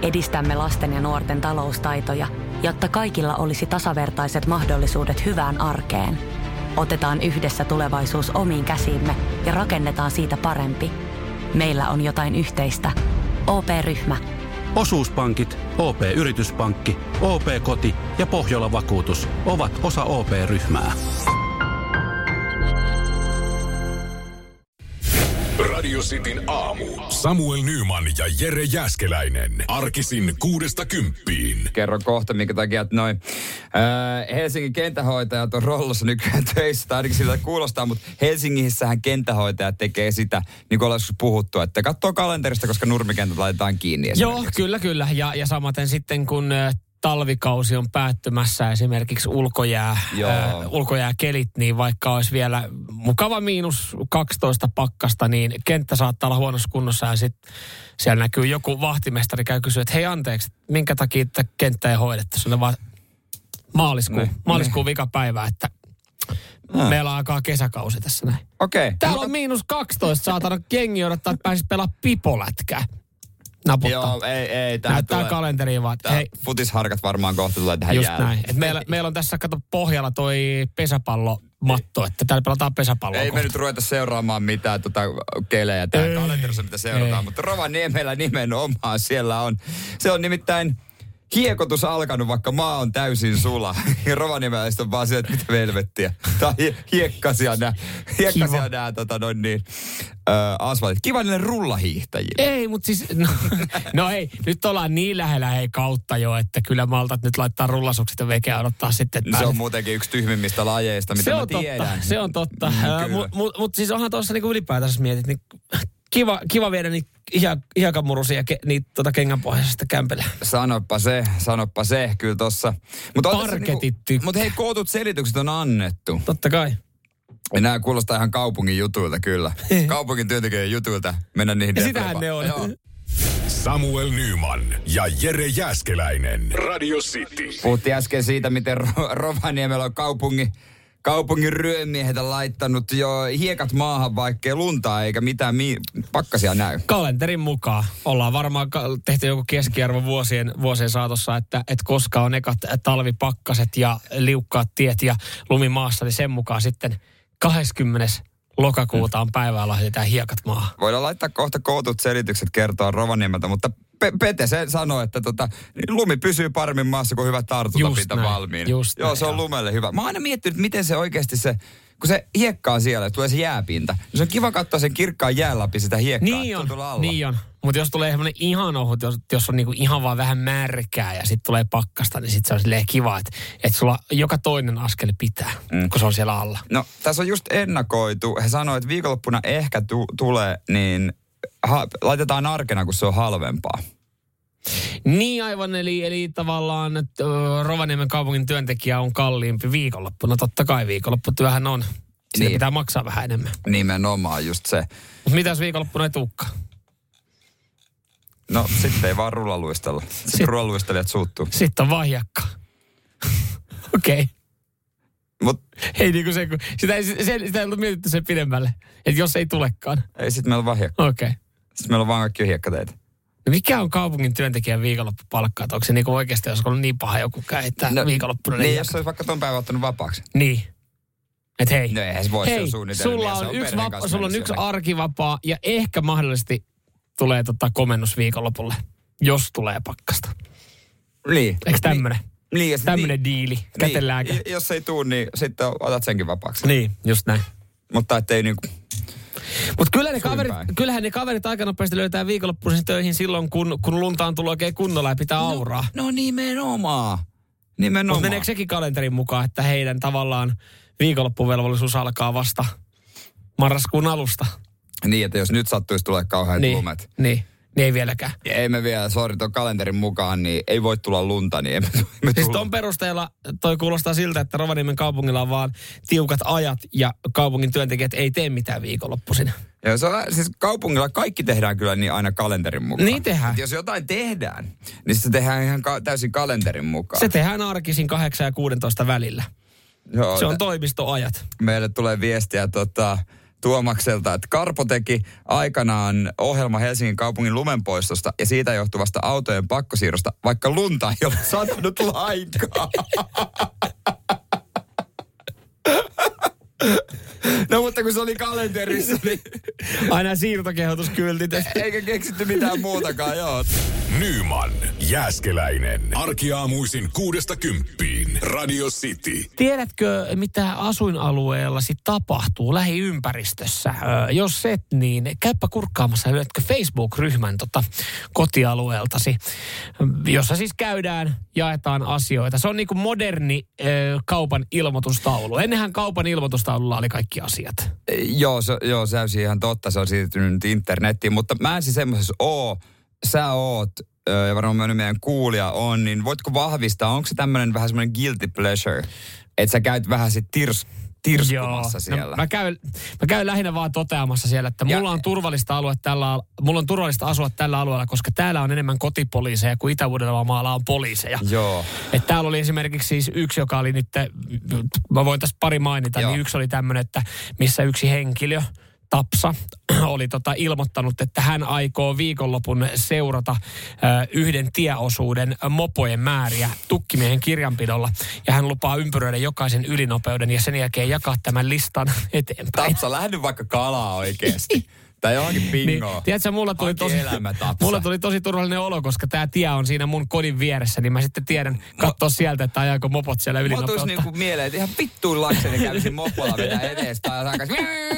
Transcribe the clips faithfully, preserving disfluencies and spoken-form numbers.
edistämme lasten ja nuorten taloustaitoja, jotta kaikilla olisi tasavertaiset mahdollisuudet hyvään arkeen. Otetaan yhdessä tulevaisuus omiin käsiimme ja rakennetaan siitä parempi. Meillä on jotain yhteistä. O P-ryhmä. Osuuspankit, O P-yrityspankki, O P-koti ja Pohjola-vakuutus ovat osa O P-ryhmää. Radio Cityn aamu. Samuel Nyman ja Jere Jääskeläinen. Arkisin kuudesta kymppiin. Kerron kohta, minkä takia, että noin äh, Helsingin kenttähoitajat on rollossa nykyään töissä. Tai ainakin siltä kuulostaa, mutta Helsingissähän kenttähoitajat tekee sitä, niin kuin ollaan puhuttu, että katsoo kalenterista, koska nurmikentät laitetaan kiinni. Joo, kyllä, kyllä. Ja, ja samaten sitten, kun äh, talvikausi on päättymässä, esimerkiksi ulkojää, äh, ulkojääkelit, niin vaikka olisi vielä mukava miinus kaksitoista pakkasta, niin kenttä saattaa olla huonossa kunnossa ja sitten siellä näkyy joku vahtimestari käy kysyä, että hei anteeksi, minkä takia tätä kenttää ei hoidettu? Se on vaan maaliskuun, ne, maaliskuun ne. vikapäivä, että ah. meillä alkaa kesäkausi tässä näin. Okei. Okay. Täällä on miinus kaksitoista, saatana jengi odottaa, että pääsisi pelaa pipolätkää. Naputtaa. Joo, ei, ei. Näyttää tulee, kalenteriin vaan, hei. Futisharkat varmaan kohta tulee tähän just jäälle. Näin. Et meillä, meillä on tässä, kato, pohjalla toi pesäpallomatto, että täällä pelataan pesäpalloa. Ei kohta. me nyt ruveta seuraamaan mitään tota kelejä täällä kalenterissa, mitä seurataan, ei. Mutta Rovaniemellä nimenomaan siellä on. Se on nimittäin hiekotus alkanut, vaikka maa on täysin sula. Ja Rovaniemeläiset on vaan se, että mitä velvettiä. Tai hiekkasia nää, hiekkasia nää tota noin niin, ö, asfaltit. Kiva niille rullahiihtäjille. Ei, mutta siis, no, no ei, nyt ollaan niin lähellä hei kautta jo, että kyllä maltat nyt laittaa rullasukset ja vekeä odottaa sitten. No, se on muutenkin yksi tyhmimmistä lajeista, mitä se mä on tiedän. Totta, se on totta. Mm, Mutta mut, mut siis onhan tuossa niinku ylipäätänsä mietit, niin Kiva, kiva viedä niitä hiekamurusia ja ke, niitä tota kengänpohjaisesta kämpelle. Sanoppa se, sanoppa se, kyllä tossa. Mut Parketit niinku, mut hei, kootut selitykset on annettu. Totta kai. Ja nämä kuulostaa ihan kaupungin jutuilta kyllä. Kaupungin työntekijöiden jutuilta. Mennä niihin. Ja sitähän ne on. Joo. Samuel Nyman ja Jere Jääskeläinen. Radio City. Puhuttiin äsken siitä, miten Ro- Rovaniemellä on kaupungin, kaupungin ryömiehet laittanut jo hiekat maahan, vaikkei luntaa eikä mitään mi- pakkasia näy. Kalenterin mukaan. Ollaan varmaan tehty joku keskiarvo vuosien, vuosien saatossa, että, että koska on ekat talvipakkaset ja liukkaat tiet ja lumimaassa, niin sen mukaan sitten kahdeskymmenes lokakuuta on päivää, lähetetään hiekat maahan. Voidaan laittaa kohta kootut selitykset kertoa Rovaniemeltä, mutta Pe- Pete se sanoi, että tota, lumi pysyy paremmin maassa kuin hyvä tartuntapinta valmiin. Just Joo, näin, se on joo. lumelle hyvä. Mä oon aina miettinyt, miten se oikeasti se, kun se hiekkaa siellä, tulee se jääpinta. Niin se on kiva katsoa sen kirkkaan jään läpi sitä hiekkaa. Niin on, niin on. Mutta jos tulee semmoinen ihan ohut, jos, jos on niinku ihan vaan vähän märkää ja sitten tulee pakkasta, niin sitten se on silleen kiva, että et sulla joka toinen askel pitää, mm. kun se on siellä alla. No, tässä on just ennakoitu. He sanoivat, että viikonloppuna ehkä tu- tulee, niin ha- laitetaan arkena, kun se on halvempaa. Niin aivan, eli, eli tavallaan että Rovaniemen kaupungin työntekijä on kalliimpi viikonloppuna. Totta kai viikonlopputyöhän on. Siitä niin. Pitää maksaa vähän enemmän. Nimenomaan just se. Mutta mitäs viikonloppuna ei tulekaan? No sitten ei vaan rullaluistella. Sitten Sit, rullaluistelijat suuttuu. Sitten on vaan hiekkaa. Okei. Okay. Mut ei niinku se, kun sitä ei, se, sitä ei ollut mietitty sen pidemmälle. Että jos ei tulekaan. Ei, sitten meillä on vaan hiekkaa. Okei. Okay. Sitten meillä on vaan kaikki hiekkateitä. No mikä on kaupungin työntekijän viikonloppupalkkaa? Onko se niinku oikeasti, jos on niin paha joku käyttää no, viikonloppuna? Niin, jos se olisi vaikka tuon päivän ottanut vapaaksi. Niin. Että hei. No eihän se voi hei, se suunnitelmia. Sulla on, on yksi, vapa, sulla on yksi jonnekin. arkivapaa ja ehkä mahdollisesti tulee tota komennus viikonlopulle, jos tulee pakkasta. Niin. Eikö tämmönen? Niin. Tämmönen niin, diili. niin, Kätelääkä. jos ei tuu, niin sitten otat senkin vapaaksi. Niin, just näin. Mutta ettei niinku... Mutta kyllä kyllähän ne kaverit aika nopeasti löytää viikonloppuisin töihin silloin, kun, kun lunta on tullut oikein kunnolla ja pitää auraa. No, no nimenomaan. Nimenomaan. Mutta meneekö sekin kalenterin mukaan, että heidän tavallaan viikonloppuvelvollisuus alkaa vasta marraskuun alusta? Niin, että jos nyt sattuisi tulee kauheat niin, lumet. Niin, niin ei vieläkään. Ja ei me vielä, sori, tuon kalenterin mukaan, niin ei voi tulla lunta, niin emme, emme Siis tulla. ton perusteella toi kuulostaa siltä, että Rovaniemen kaupungilla on vaan tiukat ajat ja kaupungin työntekijät ei tee mitään viikonloppuisin. Joo, se on, siis kaupungilla kaikki tehdään kyllä niin aina kalenterin mukaan. Niin tehdään. Et jos jotain tehdään, niin se tehdään ihan ka- täysin kalenterin mukaan. Se tehdään arkisin kahdeksan ja kuudentoista välillä. Joo, se on toimistoajat. Meille tulee viestiä tota, Tuomakselta, että Karpo teki aikanaan ohjelma Helsingin kaupungin lumenpoistosta ja siitä johtuvasta autojen pakkosiirrosta, vaikka lunta ei ole satanut lainkaan. No mutta kun se oli kalenterissa, niin... Aina siirtokehotuskyltit. Eikä keksitty mitään muutakaan, joo. Nyman, Jääskeläinen. Arkiaamuisin kuudesta kymppiin. Radio City. Tiedätkö, mitä asuinalueellasi tapahtuu lähiympäristössä? Ö, jos et, niin käypä kurkkaamassa ja löydätkö Facebook-ryhmän tota, kotialueeltasi, jossa siis käydään, jaetaan asioita. Se on niin kuin moderni ö, kaupan ilmoitustaulu. Ennenhän kaupan ilmoitustaululla oli kaikki asiat. Joo, se, joo, se on ihan totta. Se on siirtynyt internettiin, mutta mä en siis semmoisessa oo. Sä oot, ja varmaan moni meidän kuulija on, niin voitko vahvistaa, onko se tämmöinen vähän semmoinen guilty pleasure, että sä käyt vähän sit tirs, tirskumassa Joo. siellä? No, mä, käyn, mä käyn lähinnä vaan toteamassa siellä, että mulla ja, on turvallista alue tällä, mulla on turvallista asua tällä alueella, koska täällä on enemmän kotipoliiseja kuin Itä-Uudellamaalla on poliiseja. Joo. Että täällä oli esimerkiksi siis yksi, joka oli nyt, mä voin tässä pari mainita, Joo. niin yksi oli tämmöinen, että missä yksi henkilö, Tapsa, oli tota ilmoittanut, että hän aikoo viikonlopun seurata ö, yhden tieosuuden mopojen määriä tukkimiehen kirjanpidolla. Ja hän lupaa ympyröidä jokaisen ylinopeuden ja sen jälkeen jakaa tämän listan eteenpäin. Tapsa, lähde vaikka kalaa oikeasti. Tai johonkin bingoa. Niin, tiedätkö, mulla tuli, tosi, mulla tuli tosi turvallinen olo, koska tämä tie on siinä mun kodin vieressä, niin mä sitten tiedän katsoa sieltä, että ajaako mopot siellä ylinopeutta. Mä tulis niinku mieleen, että ihan vittuun lakseni kävisin mopolla vetää edestä ja saakas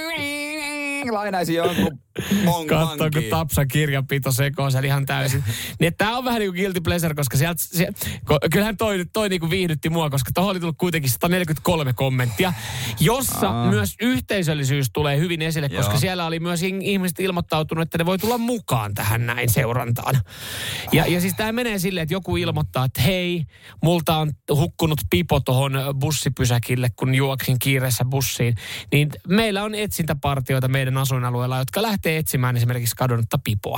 lainaisin jonkun mon- Katso, kun Tapsan kirjanpito sekoo sen ihan täysin. Niin tää on vähän niin kuin guilty pleasure, koska sieltä, sieltä kyllähän toi, toi niin kuin viihdytti mua, koska tohon oli tullut kuitenkin sata neljäkymmentäkolme kommenttia, jossa Aa. myös yhteisöllisyys tulee hyvin esille, koska Joo. siellä oli myös ihmiset ilmoittautunut, että ne voi tulla mukaan tähän näin seurantaan. Ja, ja siis tää menee silleen, että joku ilmoittaa, että hei, multa on hukkunut pipo tohon bussipysäkille, kun juoksin kiireessä bussiin. Niin meillä on etsintäpartioita meidän asuinalueella, jotka lähtee etsimään esimerkiksi kadonnutta pipoa.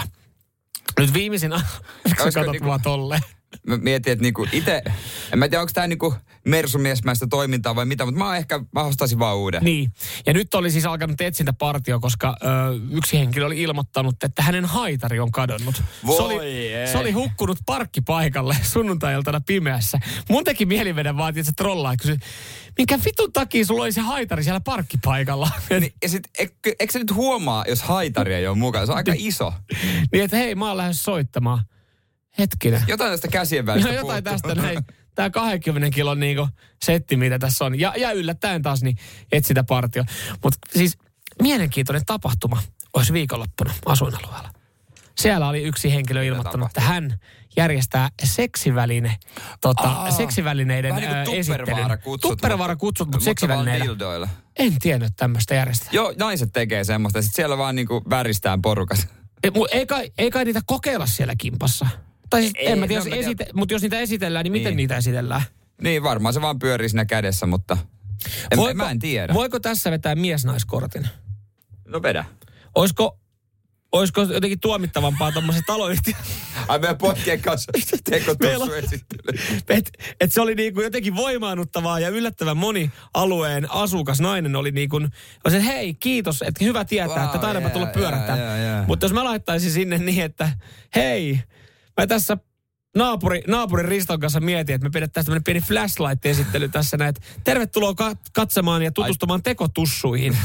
Nyt viimeisin, kun katsot niinku, vaan tolleen. Mä mietin, että niinku itse, en mä tiedä, onko tää niinku mersumiesmäistä toimintaa vai mitä, mutta mä ehkä vastaisin vaan uuden. Niin, ja nyt oli siis alkanut etsintäpartio, koska ö, yksi henkilö oli ilmoittanut, että hänen haitari on kadonnut. Voi se, oli, se oli hukkunut parkkipaikalle sunnuntai-iltana pimeässä. Mun teki mieli mennä vaan, että se trollaa, että kysyi, minkä vitun takia sulla oli se haitari siellä parkkipaikalla? Niin, ja sit, eikö, eikö sä nyt huomaa, jos haitari ei ole mukana? Se on aika iso. Niin, että hei, mä oon lähes soittamaan. Hetkinen. Jotain tästä käsien välistä no, jotain puuttuu. Tästä näin. Tää kaksikymmentä kilon niinku setti, mitä tässä on. Ja, ja yllättäen taas niin etsitä partio. Mutta siis mielenkiintoinen tapahtuma olisi viikonloppuna asuinalueella. Siellä oli yksi henkilö ilmoittanut, että hän järjestää seksiväline, tota, Aa, seksivälineiden niin esittelyn. Tupperware-kutsut, mutta seksivälineillä. En tiennyt tämmöistä järjestetään. Joo, naiset tekee semmoista. Sitten siellä vaan niinku väristään porukas. Ei, ei, kai, ei kai niitä kokeilla siellä kimpassa. Tai siis, ei, en mä tiedä, no, jos esite, mutta jos niitä esitellään, niin, niin miten niitä esitellään? Niin, varmaan se vaan pyörii siinä kädessä, mutta en, voiko, mä en tiedä. Voiko tässä vetää mies-naiskortin? No vedä. Olisiko, olisiko jotenkin tuomittavampaa tuommoisen taloyhtiön? Ai meidän poikien kanssa tekotussu esittely. Että et se oli niinku jotenkin voimaannuttavaa ja yllättävän moni alueen asukas nainen oli niinku, että hei, kiitos, että hyvä tietää, wow, että taidaanpa tulla pyörähtää. Yeah, yeah, yeah. Mutta jos mä laittaisin sinne niin, että hei, mä tässä naapuri, naapurin Riston kanssa mietin, että me pidettäisiin tämmöinen pieni flashlight-esittely tässä näin, että tervetuloa ka- katsomaan ja tutustumaan Ai. tekotussuihin.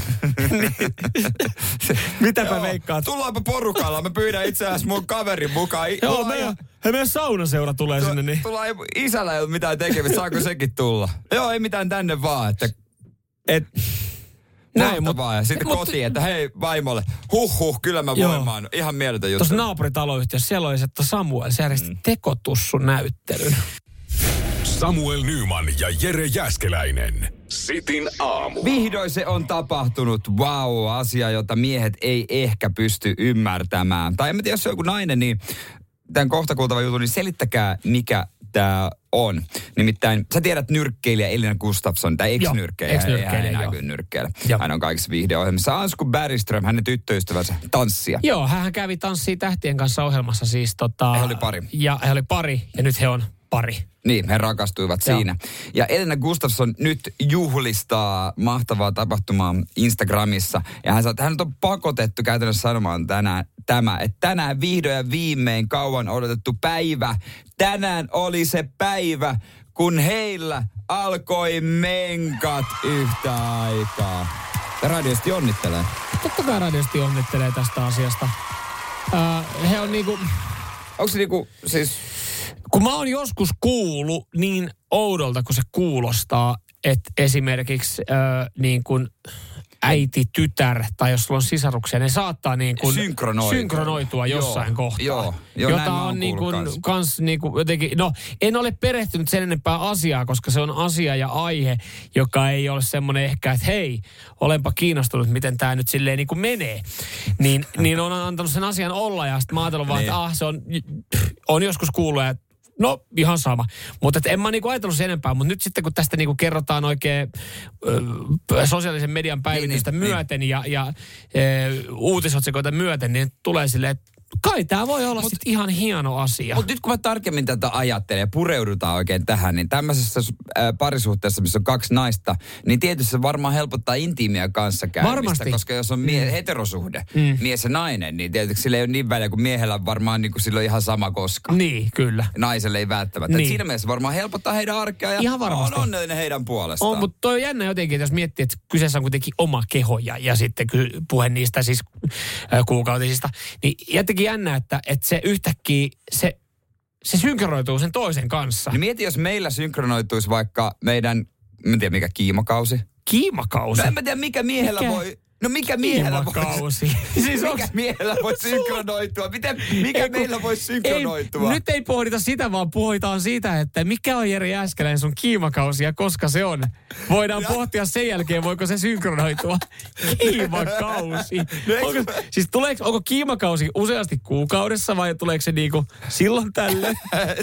Mitäpä Joo, veikkaat? Tullaanpa porukalla, mä pyydän itse asiassa mun kaverin mukaan. Joo, meidän, he, meidän saunaseura tulee tu- sinne. Niin. Tullaan, isällä ei ole mitään tekemistä, saako sekin tulla? Joo, ei mitään tänne vaan, että... Et, Näin, mutta vaan. Ja sitten mut, kotiin, että hei vaimolle, huh huh, kyllä mä voimaan. Ihan mieletön juttu. Tuossa naapuritaloyhtiössä siellä oli se, että Samuel, se järjesti mm. tekotussun näyttelyn. Samuel Nyman ja Jere Jääskeläinen. Sitin aamu. Vihdoin se on tapahtunut. Vau, wow, asia, jota miehet ei ehkä pysty ymmärtämään. Tai en tiedä, jos se on joku nainen, niin tämän kohta kuultava jutun, niin selittäkää mikä tämä on. Nimittäin, sä tiedät nyrkkeilijä Elina Gustafsson, tai ex-nyrkkeilijä. Ex-nyrkkeilijä, hän ei nyrkkeillä. Hän on kaikissa viihdeohjelmissa. Ansku Bergström, hänen tyttöystävänsä, tanssia. Joo, hän kävi Tanssii tähtien kanssa ohjelmassa siis. Tota, he oli pari. Ja he oli pari, ja nyt he on pari. Niin, he rakastuivat Joo. siinä. Ja Elina Gustafsson nyt juhlistaa mahtavaa tapahtumaa Instagramissa. Ja hän sanoo, että hän on pakotettu käytännössä sanomaan tänään tämä, että tänään vihdoin ja viimein kauan odotettu päivä. Tänään oli se päivä, kun heillä alkoi menkat yhtä aikaa. Ja radiosti onnittelee. Totta kai radiosti onnittelee tästä asiasta. Äh, he on niinku... Onko se niinku siis... Kun mä oon joskus kuullut niin oudolta, kun se kuulostaa, että esimerkiksi äh, niin kuin äiti, tytär tai jos sulla on sisaruksia, ne saattaa niin kuin synkronoitua, synkronoitua jossain joo, kohtaa. Joo, joo, jota on niin kuin kans. kans niin kuin jotenkin, no en ole perehtynyt sen enempää asiaa, koska se on asia ja aihe, joka ei ole semmoinen ehkä, että hei, olenpa kiinnostunut, miten tämä nyt silleen niin kuin menee. Niin, niin on antanut sen asian olla ja sitten mä ajatellut vaan, että ah, se on, on joskus kuullut, että no, ihan sama. Mutta en mä niinku ajatellut sen enempää, mutta nyt sitten kun tästä niinku kerrotaan oikein ö, sosiaalisen median päivitystä niin, myöten niin. ja, ja ö, uutisotsikoita myöten, niin tulee silleen, että kai tämä voi olla mut, sit ihan hieno asia. Mutta nyt kun mä tarkemmin tätä ajattelen ja pureudutaan oikein tähän, niin tämmöisessä äh, parisuhteessa, missä on kaksi naista, niin tietysti se varmaan helpottaa intiimiä kanssakäymistä. Varmasti. Koska jos on mie- mm. heterosuhde, mm. mies ja nainen, niin tietysti sillä ei ole niin väliä, kun miehellä varmaan niin kuin sillä on ihan sama koska. Niin, kyllä. Naiselle ei välttämättä. Niin. Siinä mielessä varmaan helpottaa heidän arkea ja ihan varmasti. On onnellinen heidän puolestaan. On, mutta toi on jännä jotenkin, että jos miettii, että kyseessä on kuitenkin oma keho ja, ja sitten puhe niistä siis äh, kuukautisista, niin jotenkin jännä, että, että se yhtäkkiä, se, se synkronoituu sen toisen kanssa. Niin mieti, jos meillä synkronoituisi vaikka meidän, en tiedä mikä, kiimakausi. Kiimakausi? No en mä tiedä, mikä miehellä mikä? voi... No mikä miehellä voi... siis mikä miehellä voi synkronoitua? Miten, mikä ei, meillä voi synkronoitua? Ei, nyt ei pohdita sitä, vaan puhutaan siitä, että mikä on Jere Jääskeläinen sun kiimakausi ja koska se on. Voidaan ja. pohtia sen jälkeen, voiko se synkronoitua. Kiimakausi. No, onko, siis tuleeko, onko kiimakausi useasti kuukaudessa vai tuleeko se niinku silloin tälle?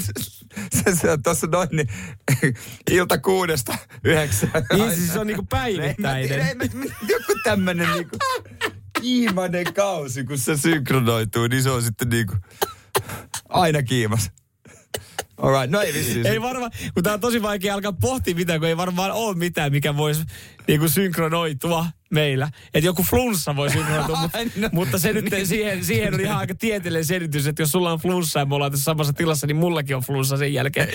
se, se on tossa noin niin, ilta kuudesta yhdeksään. Niin siis se on niinku päivittäinen. Ei, ei, ei, joku tämmönen niinku kiimainen kausi, kun se synkronoituu, niin se on sitten niinku aina kiimas. Alright, no ei vissiin. Ei varmaan, kun tää on tosi vaikea alkaa pohtia mitään, kun ei varmaan ole mitään, mikä voisi niinku synkronoitua meillä. Että joku flunssa voi synkronoitua, mutta, no, mutta se nyt siihen, siihen on ihan aika tieteellinen selitys, että jos sulla on flunssa ja me ollaan tässä samassa tilassa, niin mullakin on flunssa sen jälkeen.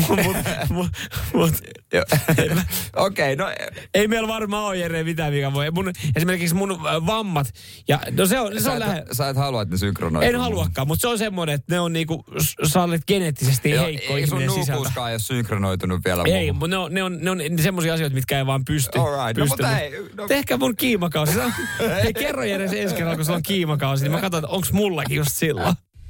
Okei, no... Ei meillä varmaan ole Jere mitään, mikä voi. Mun, esimerkiksi mun vammat, ja no se on, se on lähe... Sä et halua, että ne synkronoituu. En haluakaan, mutta se on semmoinen, että ne on niinku, sä olet geneettisesti Joo, heikko ihminen sisältä. Ei sun nuukuuskaan ole synkronoitunut vielä. Ei, mutta ne on, ne on, ne on semmoisia asioita, mitkä ei vaan pysty. Alright, no mutta ei... No. Tehkää mun kiimakausi. Hei, kerro Jere se ensi kerralla, kun sulla on kiimakausi, niin mä katson, että onks mullakin just silloin.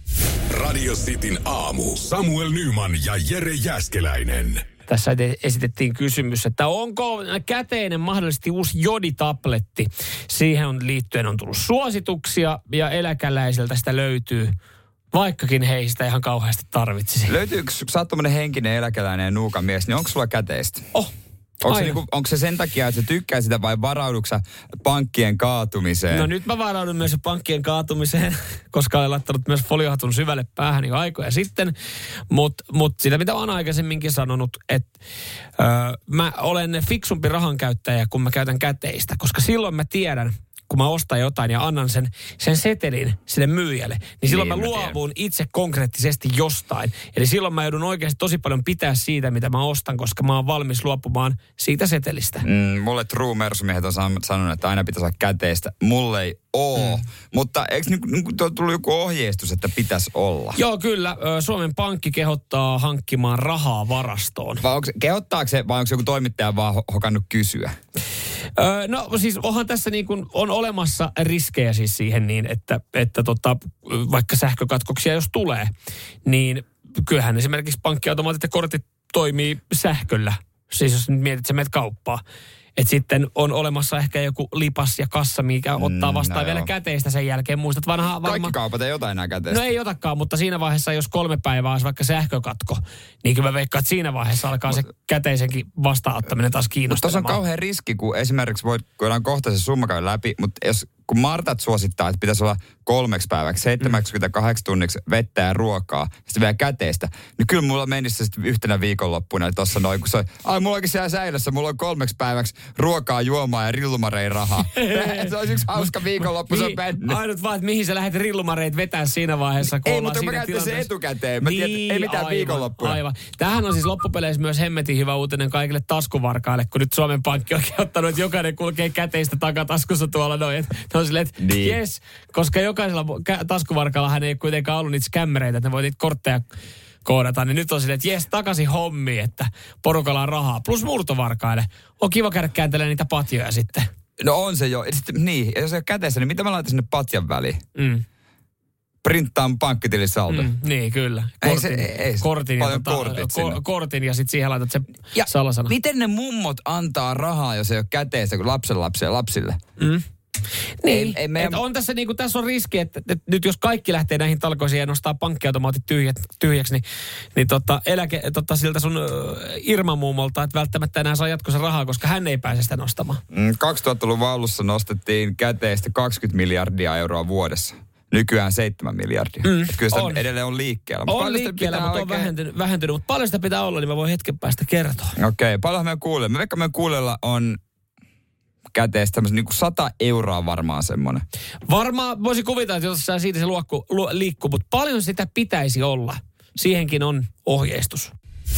Radio Cityn aamu. Samuel Nyman ja Jere Jääskeläinen. Tässä esitettiin kysymys, että onko käteinen mahdollisesti uusi joditabletti. Siihen on liittyen on tullut suosituksia ja eläkeläisiltä sitä löytyy, vaikkakin heistä ihan kauheasti tarvitsisi. Löytyykö, kun sä oot tommonen henkinen eläkeläinen ja nuukan mies, niin onko sulla käteistä? Oh. Onko se, niinku, onko se sen takia, että sä tykkää sitä vai varauduksa pankkien kaatumiseen? No nyt mä varaudun myös pankkien kaatumiseen, koska olen laittanut myös foliohatun syvälle päähän jo aikoja sitten. Mutta mut sitä mitä olen aikaisemminkin sanonut, että öö, mä olen fiksumpi rahankäyttäjä, kun mä käytän käteistä. Koska silloin mä tiedän, kun mä ostan jotain ja annan sen, sen setelin sille myyjälle, niin silloin niin, mä, mä luovun itse konkreettisesti jostain. Eli silloin mä joudun oikeasti tosi paljon pitää siitä, mitä mä ostan, koska mä oon valmis luopumaan siitä setelistä. Mm, mulle True Mersu-miehet on sanonut, että aina pitäisi olla käteistä. Mulle ei oo. Mm. Mutta eikö niinku tullut joku ohjeistus, että pitäisi olla? Joo, kyllä. Suomen Pankki kehottaa hankkimaan rahaa varastoon. Vai onko, kehottaako se, vai onko joku toimittaja vaan hokannut kysyä? Öö, no siis onhan tässä niin kuin, on olemassa riskejä siis siihen niin, että, että tota, vaikka sähkökatkoksia jos tulee, niin kyllähän esimerkiksi pankkiautomaatit ja kortit toimii sähköllä. Siis jos nyt mietit, että sä menet kauppaan. Että sitten on olemassa ehkä joku lipas ja kassa, mikä ottaa vastaan no vielä joo. käteistä sen jälkeen. Muistat vanhaa varmaan... Kaikki kaupat ei ota enää käteistä. No ei otakaan, mutta siinä vaiheessa, jos kolme päivää olisi vaikka sähkökatko, niin kyllä mä veikkaan, että siinä vaiheessa alkaa Mut, se käteisenkin vastaanottaminen taas kiinnostamaan. Mutta tuossa on kauhean riski, kun esimerkiksi voit, kun kohta se summa käy läpi, mutta jos kun Martat suosittaa, että pitäisi olla kolmeksi päiväksi, seitsemänkymmentäkahdeksan tunniksi vettä ja ruokaa, ja sitten vielä käteistä, niin kyllä mulla menisi se sitten yhtenä viikonloppuna tuossa noin, kun se ai mulla onkin siellä säilössä, mulla on kolmeksi päiväksi ruokaa, juomaa ja rillumarein rahaa. Se olisi yksi hauska viikonloppu, se on mennyt. Ainut vaan, että mihin sä lähdet rillumareit vetää siinä vaiheessa, kun ei, ollaan mutta mä käytin sen etukäteen. Mä niin, tiedän, ei mitään aivan, viikonloppuna. Aivan. Tämähän on siis loppupeleissä myös hemmetin hyvä uutinen kaikille taskuvarkaille, kun nyt Suomen Pankki on ottanut, että jokainen kulkee käteistä takataskussa tuolla noin. Että ne on silleen, että niin. Jes, koska jokaisella taskuvarkallahan ei kuitenkaan ollut niitä skämmereitä, että ne voi niitä kortteja koodata, niin nyt on silleen, että jes, takaisin hommiin, että porukalla on rahaa. Plus murtovarkaille. On kiva käydä kääntelemään niitä patjoja sitten. No on se jo. Sitten, niin, jos ei ole käteessä, niin mitä mä laitan sinne patjan väliin? Mm. Printtaan pankkitilisaldo. Mm, niin, kyllä. Kortin, ei se, ei, kortin, ja, tota, kortit ko, kortin ja sitten siihen laitat se ja salasana. Miten ne mummot antaa rahaa, jos ei ole käteistä kuin lapsen lapsia lapsille? Mm. Niin, ei, ei meidän... on tässä, niin kuin, tässä on riski, että, että nyt jos kaikki lähtee näihin talkoisiin ja nostaa pankkiautomaatit tyhjät, tyhjäksi, niin, niin tota, eläke tota, siltä sun uh, Irma muumolta, että välttämättä enää saa jatkossa rahaa, koska hän ei pääse sitä nostamaan. Mm, kaksituhattaluvun alussa nostettiin käteistä kaksikymmentä miljardia euroa vuodessa. Nykyään seitsemän miljardia. Mm, että kyllä sitä on. Edelleen on liikkeellä. On liikkeellä, mutta oikein... on vähentynyt, vähentynyt. Mutta paljon sitä pitää olla, niin mä voin hetken päästä kertoa. Okei, okay, paljon meidän kuulee. Me vaikka meidän kuulella on käteistä tämmöisen niin kuin sata euroa varmaan semmoinen. Varmaan voisi kuvitella, että jos siitä se luokku, lu, liikkuu, mutta paljon sitä pitäisi olla. Siihenkin on ohjeistus.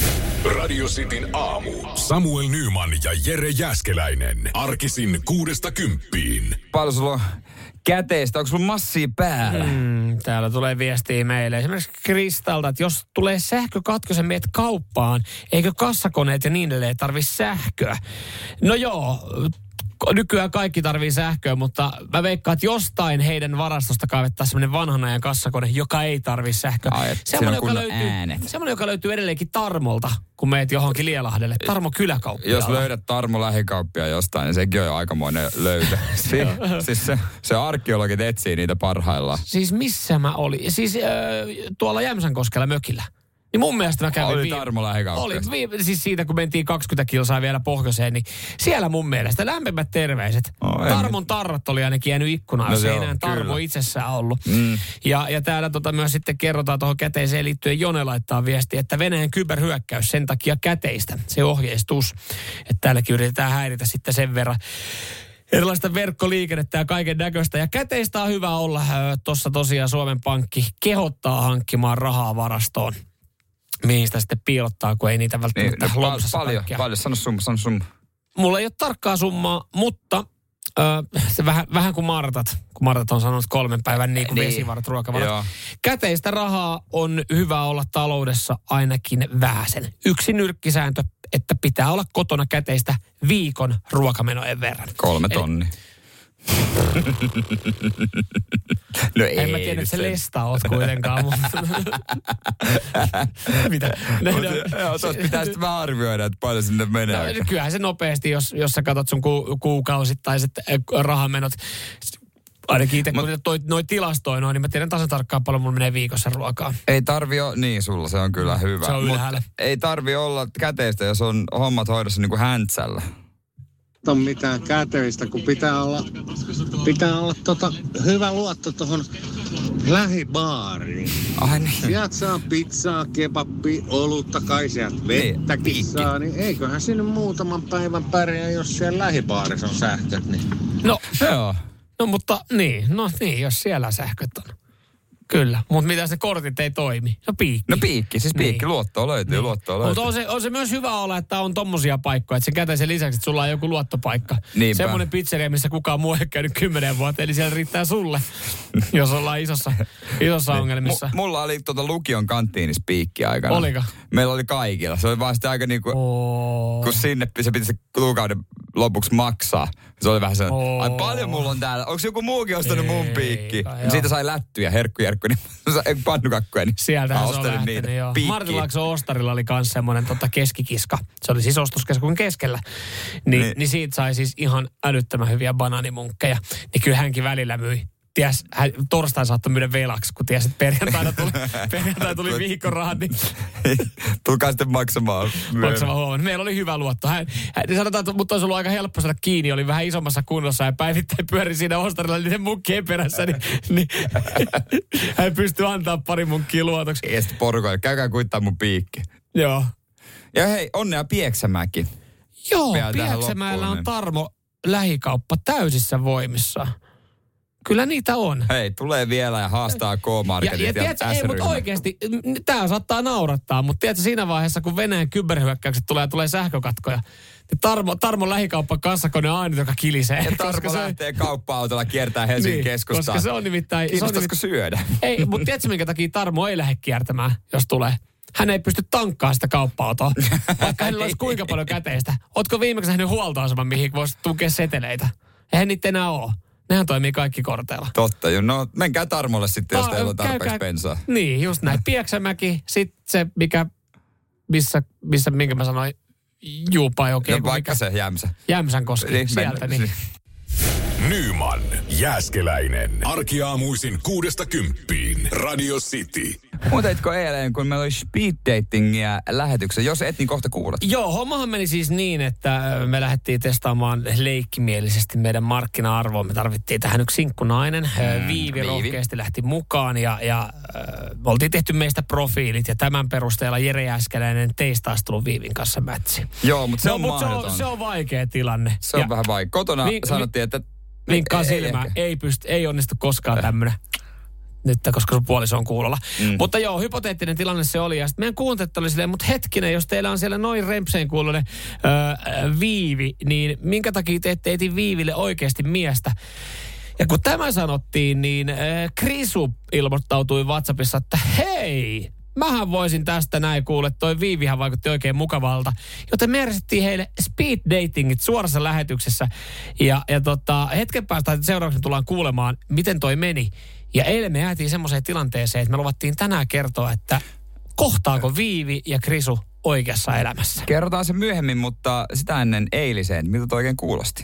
Radio Cityn aamu. Samuel Nyman ja Jere Jääskeläinen. Arkisin kuudesta kymppiin. Paljon sulla on käteistä? Onko sulla massia päällä? Hmm, täällä tulee viestiä meille. Esimerkiksi Kristalta, että jos tulee sähkökatkos ja meet kauppaan, eikö kassakoneet ja niin edelleen tarvi sähköä? No joo, nykyään kaikki tarvii sähköä, mutta mä veikkaan, että jostain heidän varastosta kaivettaa semmoinen vanhan ajan kassakone, joka ei tarvi sähköä. Ai, semmoinen, joka löytyy, semmoinen, joka löytyy edelleenkin Tarmolta, kun meet johonkin Lielahdelle. Tarmo kyläkauppia. Jos löydät Tarmo lähikauppia jostain, niin sekin on jo aikamoinen löytö. si- siis se, se arkeologit etsii niitä parhaillaan. Siis missä mä olin? Siis äh, tuolla Jämsänkoskella mökillä. Niin mun mielestä mä kävin... Oli viime... Tarmo lähikauppiasta. Oli, vi... siis siitä kun mentiin kaksikymmentä kilsaa vielä pohjoiseen, niin siellä mun mielestä lämpimät terveiset. Oh, Tarmon tarrat oli ainakin jäänyt ikkunaan, no, se ei enää Tarmo kyllä. itsessään ollut. Mm. Ja, ja täällä tota myös sitten kerrotaan tuohon käteiseen liittyen, Jone laittaa viestiä, että Venäjän kyberhyökkäys sen takia käteistä, se ohjeistus. Että täälläkin yritetään häiritä sitten sen verran erilaista verkkoliikennettä ja kaiken näköistä. Ja käteistä on hyvä olla. Tuossa tosiaan Suomen Pankki kehottaa hankkimaan rahaa varastoon. Mihin sitä sitten piilottaa, kun ei niitä välttämättä niin, lompsassa Paljon, kaikkia. paljon. Sano summa, sano summa. Mulla ei ole tarkkaa summaa, mutta ö, se vähän, vähän kuin Martat. Kun Martat on sanonut kolmen päivän niin kuin niin. Vesivarat, ruokavarat. Joo. Käteistä rahaa on hyvä olla taloudessa ainakin vähäsen. Yksi nyrkkisääntö, että pitää olla kotona käteistä viikon ruokamenojen verran. Kolme tonni. No ei. En mä tiedä, että se lesta oot kuitenkaan. Mitä? No, no, joo, tuossa pitää sitten vähän arvioida, että paljon sinne menee. No, kyllähän se nopeasti, jos, jos sä katsot sun ku, kuukausittaiset rahamenot. Ainakin itse, kun toi, noi tilastoi noin, niin mä tiedän tasan tarkkaan paljon mulla menee viikossa ruokaa. Ei tarvi olla, niin sulla se on kyllä hyvä. Se on ylhäällä. Ei tarvi olla käteistä, jos on hommat hoidossa niin kuin häntsällä. On mitään käteistä, kun pitää olla, pitää olla tota, hyvä luotto tuohon lähibaariin. Ai niin. Sieltä saa pizzaa, kebabbi, olutta, kai sieltä vettäkin niin, saa, niin eiköhän sinne muutaman päivän pärjää, jos siellä lähibaarissa on sähköt. Niin. No, joo. No mutta niin, no niin, jos siellä sähköt on. Kyllä, mutta mitä se kortit ei toimi? No piikki. No piikki, siis piikki, niin. luottoa löytyy, niin. luottoa löytyy. Mutta on se, on se myös hyvä olla, että on tommosia paikkoja, että se käteisen lisäksi, että sulla on joku luottopaikka. Niinpä. Semmoinen pizzeria, missä kukaan muu ei käynyt kymmenen vuotta, eli siellä riittää sulle, jos ollaan isossa, isossa niin. ongelmissa. M- mulla oli tuota lukion kanttiinis piikki aikana. Oliko? Meillä oli kaikilla. Se oli vaan sitten aika niinku, oh. kun sinne se piti se kuukauden lopuksi maksaa. Se oli vähän se, oh. ai paljon mulla on täällä. Onko joku muukin ostanut ei, mun piikki? Ei, siitä sai lättyjä, herkkujerkku, niin pannukakkuja. Niin sieltähän se on lähtenyt, joo. Martinlaakson Ostarilla oli myös semmoinen tota keskikiska. Se oli siis ostoskeskuksen keskellä. Ni, niin. niin siitä sai siis ihan älyttömän hyviä banaanimunkkeja. Niin kyllä hänkin välillä myi ties, hän torstain saattoi myydä velaksi, kun ties, että perjantaina tuli, perjantaina tuli viikkorahat, niin tulkaa sitten maksamaan. Maksamaan huomenna. Meillä oli hyvä luotto. Hän, hän sanotaan, että mut olisi ollut aika helppo saada kiinni, oli vähän isommassa kunnossa ja päivittäin pyöri siinä ostarilla niiden munkkien perässä, niin, niin hän pystyi antaa pari munkkia luotoksi. Ja sitten porukoille, käykää kuittaa mun piikki. Joo. Ja hei, onnea Pieksämäki. Joo, Pieksämäellä on Tarmo lähikauppa täysissä voimissa. Kyllä niitä on. Hei, tulee vielä ja haastaa K-Marketit ja, ja, ja S-ryhmä. Ei, mutta oikeasti, tämä saattaa naurattaa, mutta tiedätkö, siinä vaiheessa, kun Venäjän kyberhyökkäykset tulee ja tulee sähkökatkoja, niin Tarmo, Tarmon lähikauppa kassakone on aina, joka kilisee. Ja Tarmo se lähtee kauppa-autolla kiertää Helsingin niin, keskustaan. Koska se on nimittäin... Kiinnostaisiko syödä? Ei, mutta tiedätkö, minkä takia Tarmo ei lähde kiertämään, jos tulee? Hän ei pysty tankkaamaan sitä kauppa-autoa, vaikka hänellä olisi kuinka paljon käteistä. Ootko viimeksi nähnyt huoltoaseman, mihin voisi tukea seteleitä? Eihän niitä enää ole. Nehän toimii kaikki korteilla. Totta, jo. No menkää Tarmolle sitten, jos Ta- teillä on tarpeeksi käykää, bensaa. Niin, just näin. Pieksämäki, sitten se, mikä, missä, missä, minkä mä sanoin, Juupa oikein. No vaikka mikä, se Jämsä. Jämsän koski, niin, sieltä. Men, niin. Nyman, Jääskeläinen. Arkiaamuisin kuudesta kymppiin. Radio City. Muutaitko eilen, kun meillä oli speed datingia lähetyksessä? Jos et, niin kohta kuulet. Joo, hommahan meni siis niin, että me lähdettiin testaamaan leikkimielisesti meidän markkina-arvoa. Me tarvittiin tähän yksi sinkkunainen. Mm, Viivi, Viivi rohkeasti lähti mukaan ja, ja äh, me oltiin tehty meistä profiilit. Ja tämän perusteella Jere Jääskeläinen teistä olisi tullut Viivin kanssa mätsi. Joo, mutta se no, on mutta mahdoton. Se on, se on vaikea tilanne. Se on ja vähän vaikea. Kotona vi, sanottiin, että... Vinkkaa silmään. Ei, ei, pysty, ei onnistu koskaan tämmöinen. Nyt, koska sun puoliso on kuulolla. Mm. Mutta joo, hypoteettinen tilanne se oli. Ja sitten meidän kuuntelut oli silleen, mutta hetkinen, jos teillä on siellä noin rempseen kuuloinen öö, Viivi, niin minkä takia te ette eti Viiville oikeasti miestä? Ja kun tämä sanottiin, niin öö, Krisu ilmoittautui WhatsAppissa, että hei, mähän voisin tästä näin kuulla, toi Viivihän vaikutti oikein mukavalta. Joten me järjestettiin heille speed datingit suorassa lähetyksessä. Ja, ja tota, hetken päästä seuraavaksi tullaan kuulemaan, miten toi meni. Ja eilen me jäätiin semmoiseen tilanteeseen, että me luvattiin tänään kertoa, että kohtaako Viivi ja Krisu oikeassa elämässä. Kerrotaan se myöhemmin, mutta sitä ennen eiliseen. Miltä toi oikein kuulosti?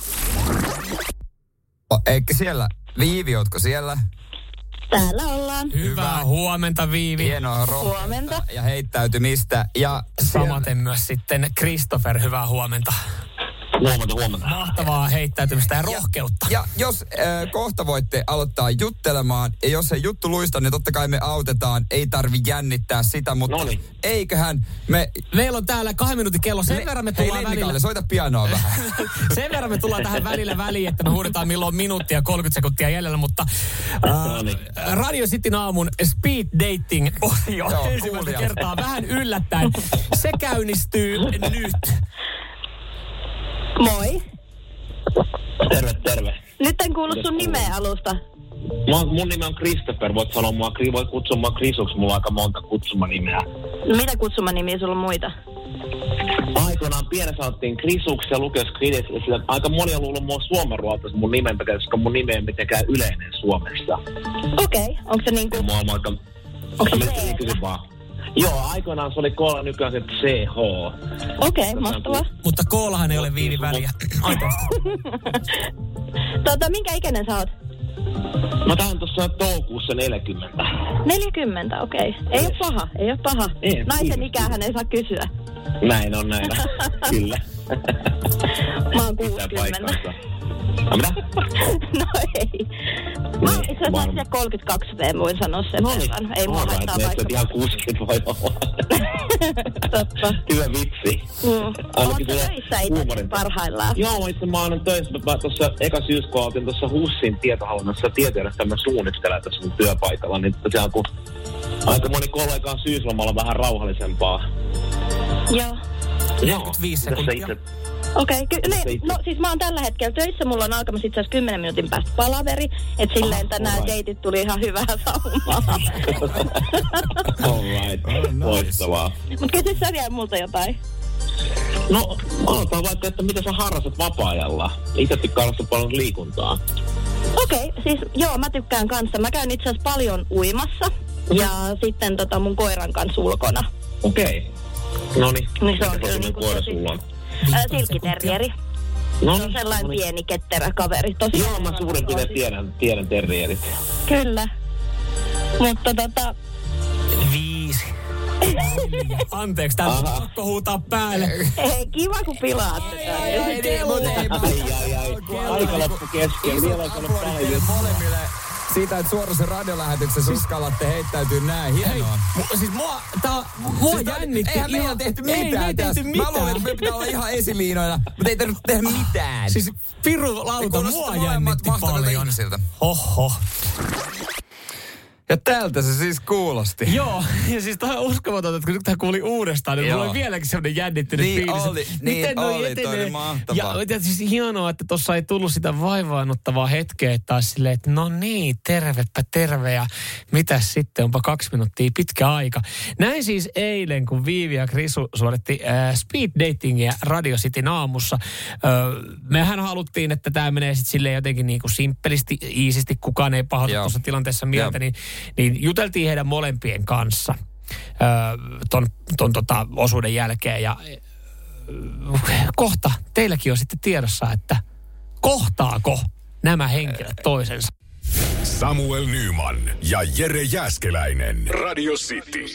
O, eikä siellä. Viivi, ootko siellä? Täällä ollaan. Hyvää, Hyvää huomenta, Viivi. Hienoa huomenta. Ja heittäytymistä. Ja samaten siellä myös sitten Christopher, hyvää huomenta. Huomenta, huomenta. Mahtavaa heittäytymistä ja rohkeutta. Ja, ja jos äh, kohta voitte aloittaa juttelemaan, ja jos se juttu luista, niin totta kai me autetaan. Ei tarvi jännittää sitä, mutta Noniin. eiköhän me... Meillä on täällä kahden minuutin kello. Sen me, verran me tullaan hei, välillä... soita pianoa vähän. Sen verran me tullaan tähän välillä väliin, että me huudetaan milloin minuuttia kolmekymmentä sekuntia jäljellä, mutta äh, Radio Cityn aamun speed dating osio ensimmäistä kertaa vähän yllättäen. Se käynnistyy nyt. Moi. Terve, terve. Nyt en kuullut sun nimeä alusta. Mä, mun nimi on Christopher. Voit sanoa mua, voit kutsua mua Krisuksi. Mulla on aika monta kutsumanimeä. No mitä kutsumanimiä sulla on muita? Aikoinaan pienessä sanottiin Krisuksi ja lukiossa Krides. Ja sillä aika moni on luullut mua suomenruottaisi mun nimen, koska mun nimi ei mitenkään yleinen Suomessa. Okei, okay. Onko se niinku... Mua on aika... Onko se C? Kysy vaan. Joo, aikoinaan se oli koolla, nykyään se C H. Okei, okay, mahtavaa. Mutta koollahan ei ole Viivin väliä. tota, minkä ikäinen sä oot? Mä tähän tuossa toukokuussa neljäkymmentä. neljäkymmentä, okei. Okay. Ei ole paha, ei ole paha. Ei, naisen ikäähän ei saa kysyä. Näin on, näin on. Kyllä. Mä oon kuusikymmentä. No mitä? No ei. Mä oon itse asiassa siellä kolmekymmentäkaksi V, voin sanoa sen no verran. Ei mua haittaa vaikka. Se ihan kuusikymmentä voi olla. Totta. Hyvä vitsi. Mm. Ootko töissä itse parhaillaan? Joo, itse mä oon töissä. Mä tuossa eka syyskuulla oltiin tuossa HUSin tietohallinnassa tietojohdasta mä suunnittelen tässä mun työpaikalla. Niin tosiaan kun aika moni kollega on syyslomalla vähän rauhallisempaa. Joo. Joo. viisi sekuntia. Okei, okay, ky- no siis mä oon tällä hetkellä töissä, mulla on alkamassa itse asiassa kymmenen minuutin päästä palaveri, että silleen tänään right. deitit tuli ihan hyvää saumaa. All right, loistavaa. Mut kysy sä vielä multa jotain. No, aloitetaan vaikka, että mitä sä harrastat vapaa-ajalla. Itse tykkään paljon liikuntaa. Okei, okay, siis joo, mä tykkään kanssa. Mä käyn itse asiassa paljon uimassa mm-hmm. ja sitten tota mun koiran kanssa ulkona. Okei. Okay. Noniin. Niin se on kyllä niinku tosi... Silkkiterrieri. No, se on sellainen no, pieni ketterä kaveri. Tosi joo, mä suurin piirtein tiedän, tiedän terrierit. Kyllä. Mutta tota... Viisi. Anteeksi, tää on pakko huutaa päälle. Ei, kiva kun pilaatte. Ei, ei, ei, mutta ei. Ai, ai, ai. Aika loppu kesken. Vielä on sanonut paljon. Molemmille siitä, että suorassa radiolähetyksessä siis, uskallatte heittäytyä näin. Hienoa. Hei, siis mua, tää, mua siis jännitti. Eihän me ole tehty mitään. Ei tehty mitään. Mä luulen, että me pitää olla ihan esiliinoina, mutta ei tarvitse tehdä mitään. Siis piru lauta, mua jännitti paljon. Hoho. Ja tältä se siis kuulosti. Joo, ja siis tämä on uskomatonta, että kun tämä kuuli uudestaan, niin mulla oli vieläkin semmoinen jännittynyt niin fiilis. Oli, niin oli, toi oli mahtavaa. Ja, ja siis hienoa, että tuossa ei tullut sitä vaivaannuttavaa hetkeä, että taas silleen, että no niin, tervepä terve ja mitäs sitten, onpa kaksi minuuttia pitkä aika. Näin siis eilen, kun Viivi ja Krisu suoritti äh, speed datingia Radio Cityn aamussa. Äh, mehän haluttiin, että tämä menee sitten silleen jotenkin niin kuin simppelisti, iisisti, kukaan ei pahoita tuossa tilanteessa mieltä, niin Niin juteltiin heidän molempien kanssa öö, ton, ton tota osuuden jälkeen ja öö, kohta teilläkin on sitten tiedossa, että kohtaako nämä henkilöt toisensa. Samuel Nyman ja Jere Jääskeläinen. Radio City.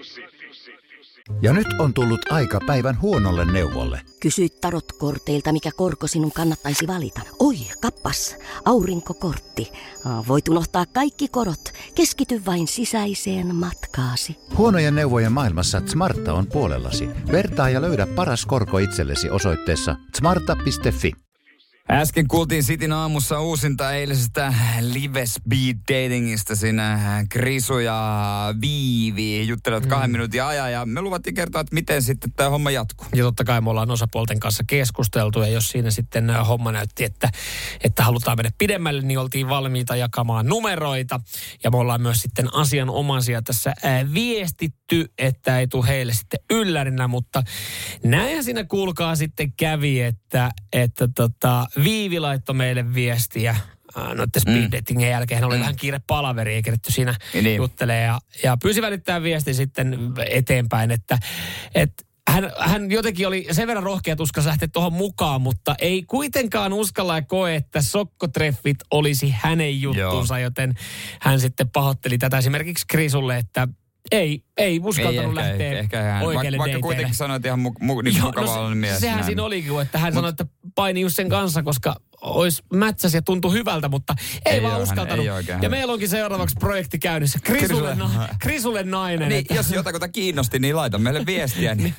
Ja nyt on tullut aika päivän huonolle neuvolle. Kysy tarotkorteilta, mikä korko sinun kannattaisi valita. Oi, kappas, aurinkokortti. Voit unohtaa kaikki korot. Keskity vain sisäiseen matkaasi. Huonojen neuvojen maailmassa Smarta on puolellasi. Vertaa ja löydä paras korko itsellesi osoitteessa smarta piste fi. Äsken kuultiin Cityn aamussa uusinta eilisestä live speed datingista. Siinä Krisu ja Viivi juttelevat mm. kahden minuutin ajan ja me luvattiin kertoa, että miten sitten tämä homma jatkuu. Ja totta kai me ollaan osapuolten kanssa keskusteltu ja jos siinä sitten homma näytti, että, että halutaan mennä pidemmälle, niin oltiin valmiita jakamaan numeroita. Ja me ollaan myös sitten asianomaisia tässä ää, viestitty, että ei tule heille sitten yllärinä, mutta näinhän siinä kuulkaa sitten kävi, että, että tota, Viivi laittoi meille viestiä noiden speed datingin jälkeen. Hän oli mm. vähän kiire palaveri, ei keretty siinä niin. juttelemaan. Ja, ja pyysi välittää viesti sitten eteenpäin, että, että hän, hän jotenkin oli sen verran rohkea, että uskalsi lähteä tuohon mukaan, mutta ei kuitenkaan uskalla ja koe, että sokkotreffit olisi hänen juttuunsa, Joo. joten hän sitten pahoitteli tätä esimerkiksi Krisulle, että Ei, ei uskaltanut ei, lähteä ehkä, ehkä oikealle Vaikka dateille. kuitenkin sanoit ihan mu, mu, niin mukava no, olla mies. Sehän näin. Siinä olikin, että hän Mut, sanoi, että paini just sen kanssa, koska olisi mätsäs ja tuntui hyvältä, mutta ei, ei vaan ole, uskaltanut. Ei ja meillä onkin seuraavaksi projekti käynnissä. Krisulle, na, Krisulle nainen. Niin, että. Jos jotakuta kiinnosti, niin laita meille viestiä. Niin.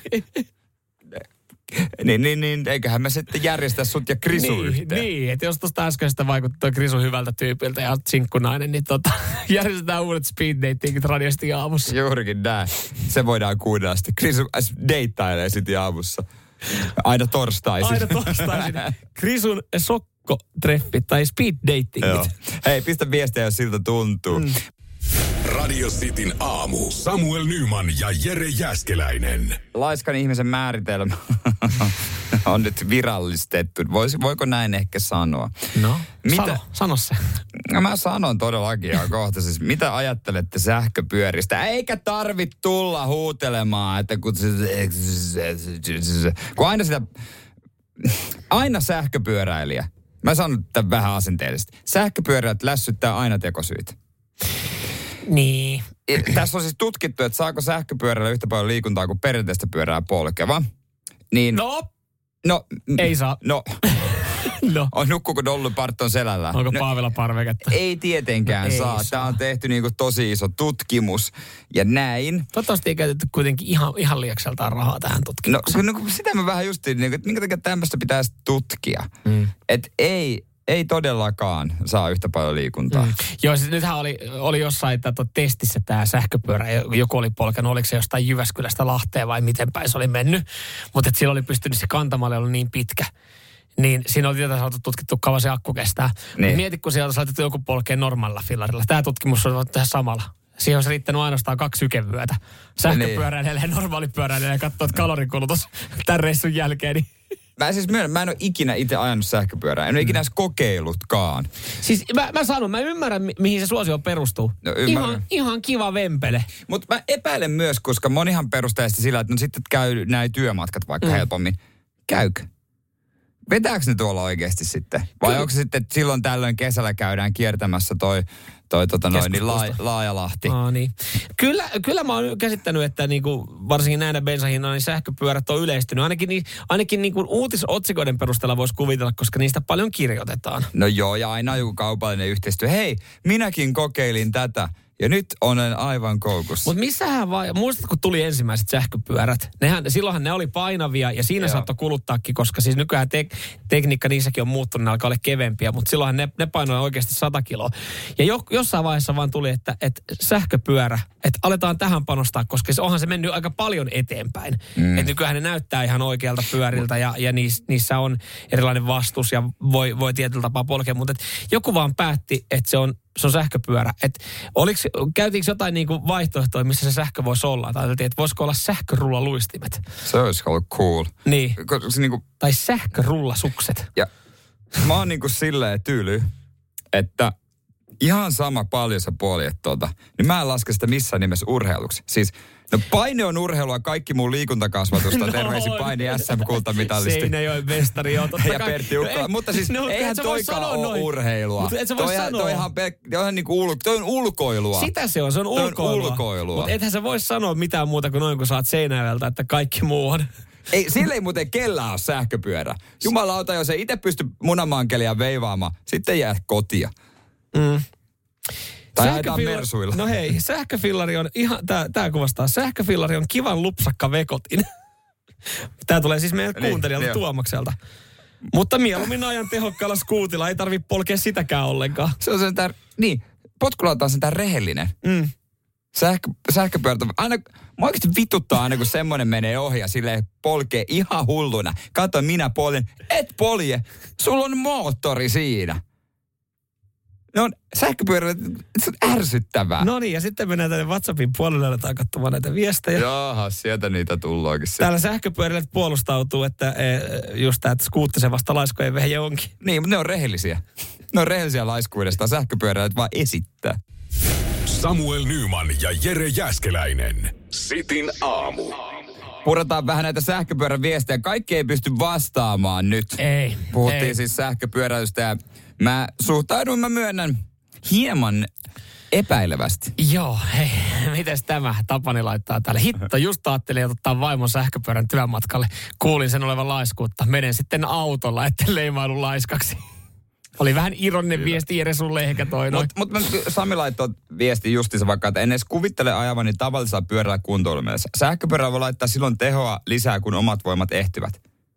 Niin, niin, niin, eiköhän me sitten järjestä sut ja Krisu niin, yhteen. Niin, että jos tuosta äskeisestä vaikuttaa Krisu hyvältä tyypiltä ja sinkkunainen, niin tota, järjestetään uudet speed datingit radiosti aamussa. Juurikin näin. Se voidaan kuunnella sitten. Krisu deittailee sitten aamussa. Aina torstaisin. Aina torstaisin. Krisun sokkotreffit tai speed datingit. Joo. Hei, pistä viestiä, jos siltä tuntuu. Mm. Radio Cityn aamu. Samuel Nyman ja Jere Jääskeläinen. Laiskan ihmisen määritelmä on nyt virallistettu. Voisi, voiko näin ehkä sanoa? No, mitä? Sano, sano se. No, mä sanon todellakin ja kohta. Siis, mitä ajattelette sähköpyöristä? Eikä tarvitse tulla huutelemaan, että kun, kun aina sitä, aina sähköpyöräilijä. Mä sanon tämän vähän asenteellisesti. Sähköpyöräilijät lässyttää aina tekosyitä. Niin. Tässä on siis tutkittu, että saako sähköpyörällä yhtä paljon liikuntaa kuin perinteistä pyörää polkeva. Niin, no, no ei saa. No, no. On nukkuko Dolly Parton selällä? Onko no, Paavilla parveketta? Ei tietenkään no, saa. Ei saa. Tämä on tehty niinku tosi iso tutkimus ja näin. Toivottavasti ei käytetty kuitenkin ihan, ihan liiakseltaan rahaa tähän tutkimukseen. No, no sitä mä vähän justiin, niin, että minkä takia tämmöistä pitäisi tutkia. Mm. Että ei... Ei todellakaan saa yhtä paljon liikuntaa. Mm. Joo, siis nythän oli, oli jossain tätä testissä tämä sähköpyörä. Joku oli polkenut, oliko se jostain Jyväskylästä Lahteen vai miten päin se oli mennyt. Mutta sillä oli pystynyt se kantamalle ollut niin pitkä. Niin siinä oli tietysti saatu tutkittu, kauan se akku kestää. Niin. Mieti, kun siellä on saatettu joku polkeen normaalilla fillarilla. Tämä tutkimus on tehdä samalla. Siihen olisi riittänyt ainoastaan kaksi sykevyötä. Sähköpyöräilijä ja normaalipyöräilijä ja katsoa, että kalorin-kulutus tämän reissun jälkeen, niin Mä siis myönnän, mä en ole ikinä itse ajanut sähköpyörää. En ole ikinä edes kokeillutkaan. Siis mä, mä sanon, mä ymmärrän, mihin se suosio perustuu. No, ihan, ihan kiva vempele. Mutta mä epäilen myös, koska monihan perusteisesti sillä, että no sitten käy näin työmatkat vaikka mm. helpommin. Käykö? vetääkö ne tuolla oikeasti sitten? Vai Kyllä. onko se sitten, että silloin tällöin kesällä käydään kiertämässä toi, toi tota noin, niin laa, Laajalahti? Aa, niin. Kyllä, kyllä mä oon käsittänyt, että niinku, varsinkin näinä bensahinnoilla niin sähköpyörät on yleistynyt. Ainakin, niin, ainakin niinku uutisotsikoiden perusteella voisi kuvitella, koska niistä paljon kirjoitetaan. No joo, ja aina joku kaupallinen yhteistyö. Hei, minäkin kokeilin tätä. Ja nyt olen aivan koukussa. Mutta missähän vai, muistatko kun tuli ensimmäiset sähköpyörät? Nehän, silloinhan ne oli painavia ja siinä saattoi kuluttaakin, koska siis nykyään te, tekniikka niissäkin on muuttunut, ne alkaa olla kevempiä, mutta silloinhan ne, ne painoi oikeasti sata kiloa. Ja jo, jossain vaiheessa vaan tuli, että, että sähköpyörä, että aletaan tähän panostaa, koska se, onhan se mennyt aika paljon eteenpäin. Mm. Että nykyään ne näyttää ihan oikealta pyöriltä ja, ja niissä, niissä on erilainen vastus ja voi, voi tietyllä tapaa polkea, mutta joku vaan päätti, että se on se on sähköpyörä. Et oliks, käytiinkö jotain niinku vaihtoehtoja, missä se sähkö voisi olla? Tai ajateltiin, että voisiko olla sähkörullaluistimet? Se olisi ollut cool. Niin. Se niinku... Tai sähkörullasukset. Ja mä oon niinku silleen tyly, että ihan sama paljon sä poljet tuota, niin mä en laske sitä missään nimessä urheiluksi. Siis no paine on urheilua, kaikki mun liikuntakasvatusta, no, terveisin Paini S M-kultamitalisti. Seinäjoen mestari, joo, totta ja kai. Pertti Ukkola. No, mutta siis no, eihän toikaan ole noin. Urheilua. Mutta et sä voi toi, sanoa. Toi, ihan pel- toi, on niinku ul- toi on ulkoilua. Sitä se on, se on ulkoilua. ulkoilua. Mutta ethän sä voi sanoa mitään muuta kuin noin, kun saat Seinäjoelta, että kaikki muu on. Ei, sillä ei muuten kellään ole sähköpyörä. Jumalauta, jos ei itse pysty munamaankelia veivaamaan, sitten jää kotia. Mm. Tai ajetaan mersuilla. No hei, sähköfillari on ihan, tää, tää kuvastaa, sähköfillari on kivan lupsakka vekotin. Tää tulee siis meidän kuuntelijalta niin, Tuomakselta. Mutta mieluummin ajan tehokkaalla skuutilla, ei tarvitse polkea sitäkään ollenkaan. Se on sen tää, niin, potkulauta on sen tää rehellinen. Mm. Sähkö, sähköpyörät on, aina, mä oikeasti vituttaa aina, kun semmoinen menee ohi ja silleen polkee ihan hulluna. Kato, minä poljen, et polje, sulla on moottori siinä. No sähköpyörällä, se on ärsyttävää. No niin, ja sitten mennään tänne WhatsAppin puolelle, aletaan katsomaan näitä viestejä. Jaha, sieltä niitä tullookin. Täällä sähköpyörällä puolustautuu, että just tämä, että skuuttisen vasta laiskojen vehje onkin. Niin, mutta ne on rehellisiä. Ne on rehellisiä laiskuudesta. Sähköpyörällä vaan esittää. Samuel Nyman ja Jere Jääskeläinen. Sitin aamu. Puretaan vähän näitä sähköpyörän viestejä. Kaikki ei pysty vastaamaan nyt. Ei. Puhuttiin ei. siis sähköpyöräilystä ja mä suhtaudun, mä myönnän, hieman epäilevästi. Joo, hei, mites tämä? Tapani laittaa täällä. Hitto, just ajattelin ottaa vaimon sähköpyörän työmatkalle. Kuulin sen olevan laiskuutta. Menen sitten autolla, etten leimailu laiskaksi. Oli vähän ironinen Kyllä. viesti Jere sulle ehkä toi noin. Mutta mut Sami laittoi viesti justiinsa vaikka, että en edes kuvittele ajavani tavallisella pyörällä kuntoilumielessä. Sähköpyörällä voi laittaa silloin tehoa lisää, kun omat voimat ehtyvät.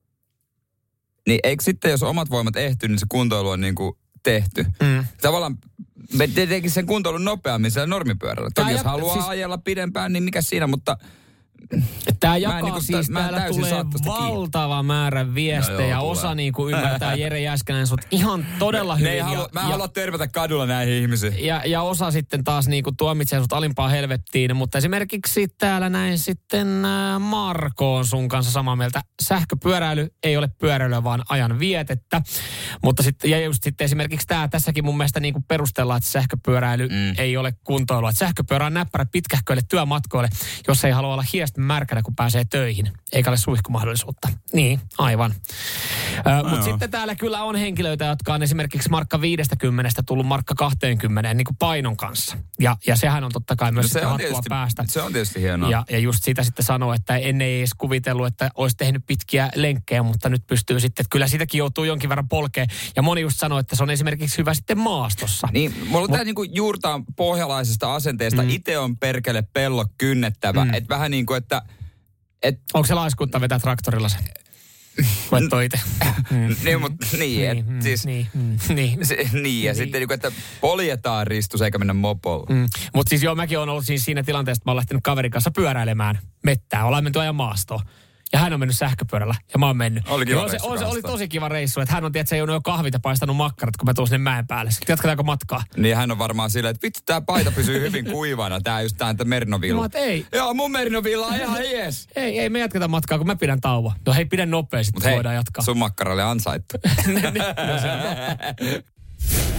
Niin eikö sitten, jos omat voimat ehtyy, niin se kuntoilu on niin kuin tehty. Mm. Tavallaan me tekisi sen kuntoilun nopeammin siellä normipyörällä. Toki jos haluaa siis ajella pidempään, niin mikä siinä, mutta... Tämä jakaa niin siis, täällä tulee valtava määrä viestejä. No joo, osa niin kuin ymmärtää Jere Jääskeläinen sut ihan todella hyvin. Halu, ja, mä en halua törmätä kadulla näihin ihmisiin. Ja, ja osa sitten taas niin kuin tuomitsee sut alimpaan helvettiin. Mutta esimerkiksi täällä näin sitten äh, Marko on sun kanssa samaa mieltä. Sähköpyöräily ei ole pyöräilyä, vaan ajan vietettä. Mutta sitten, ja just sitten esimerkiksi tää tässäkin mun mielestä niin kuin perustellaan, että sähköpyöräily mm. ei ole kuntoilua. Että sähköpyörä on näppärä pitkähköille työmatkoille, jos ei halua olla hiestä märkänä, kun pääsee töihin. Eikä ole suihkumahdollisuutta. Niin, aivan. No Mutta sitten täällä kyllä on henkilöitä, jotka on esimerkiksi markka viidestäkymmenestä tullut markka kaksikymmentä niin kuin painon kanssa. Ja, ja sehän on totta kai myös no se on tietysti, päästä. Se on tietysti hienoa. Ja, ja just sitä sitten sanoo, että ennen ei edes kuvitellut, että olisi tehnyt pitkiä lenkkejä, mutta nyt pystyy sitten, että kyllä sitäkin joutuu jonkin verran polkeen. Ja moni just sanoo, että se on esimerkiksi hyvä sitten maastossa. Niin, mulla on Mut, tämä niinku juurtaan pohjalaisesta asenteesta. Mm. Itse on perkele pello kynnettävä. Mm. Että vähän niin kuin, että... Et, onko se laiskuutta vetää traktorilla se? Vai toi itse? Mm. niin, mutta niin, että mm, siis... Niin, mm, niin. Se, niin, ja niin. Sitten niin kuin, että poljetaan ristus eikä mennä mopolla. Mm. Mutta siis joo, mäkin olen ollut siis siinä tilanteessa, että mä oon lähtenyt kaverin kanssa pyöräilemään mettään. Ollaan menty ajan maastoon. Ja hän on mennyt sähköpyörällä ja mä oon mennyt. Oli kiva joo, se, on, se oli tosi kiva reissu, että hän on tietysti jo kahvit ja paistanut makkarat, kun mä tuun sinne mäen päälle. Sitten jatketaanko matkaa? Niin hän on varmaan silleen, että vittu tää paita pysyy hyvin kuivana. Tää just tää Mernovilla. No, ei. Joo, mun Mernovilla on ihan jees. ei, ei me jatketa matkaa, kun mä pidän tauon. No hei, pidä nopeasti, sitten voidaan jatkaa. Sun makkaralle ansaittu.